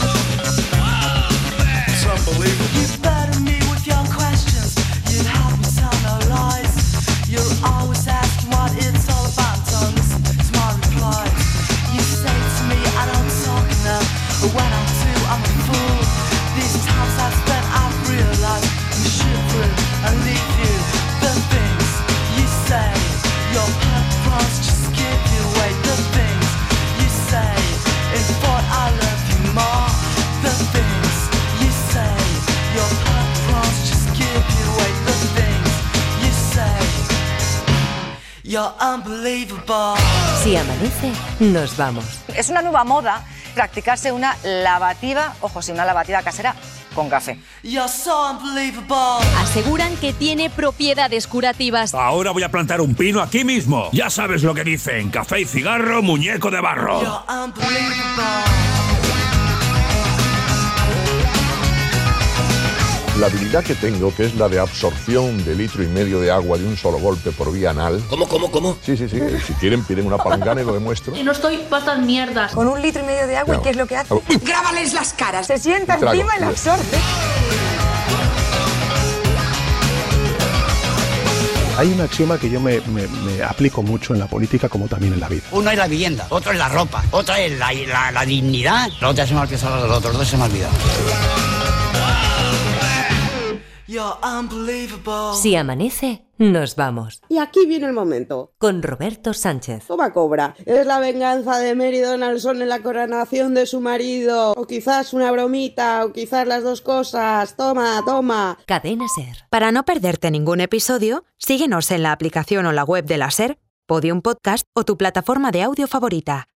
It's unbelievable. You burden me with your questions, you help me tell no lies. You're always asking what it's all about, don't listen to my replies. You say to me I don't talk enough, but when I do I'm a fool. These times I've spent, I've realized I'm shivering and leave you. The things you say, your purpose just give you away. The things you say, in thought I love you more. The things you say, your purpose just give you away. The things you say, you're unbelievable. Si amanece, nos vamos. Es una nueva moda practicarse una lavativa, ojo, sí, una lavativa casera con café. Aseguran que tiene propiedades curativas. Ahora voy a plantar un pino aquí mismo. Ya sabes lo que dicen, café y cigarro, muñeco de barro. La habilidad que tengo, que es la de absorción de litro y medio de agua de un solo golpe por vía anal. ¿Cómo, cómo, cómo? Sí, sí, sí. Si quieren, piden una palangana y lo demuestro. Y no estoy para estas mierdas. Con un litro y medio de agua, No. ¿y qué es lo que hace? Grábales las caras. Se sienta Trago, encima y la sí. absorbe. Hay un axioma que yo me, me- me aplico mucho en la política como también en la vida. Uno es la vivienda, otro es la ropa, otra es la, la, la dignidad. La otra se me ha olvidado los otros dos, se me ha olvidado. You're unbelievable. Si amanece, nos vamos. Y aquí viene el momento. Con Roberto Sánchez. Toma cobra. ¿Es la venganza de Mary Donaldson en la coronación de su marido? O quizás una bromita, o quizás las dos cosas. Toma, toma. Cadena Ser. Para no perderte ningún episodio, síguenos en la aplicación o la web de la SER, Podium Podcast o tu plataforma de audio favorita.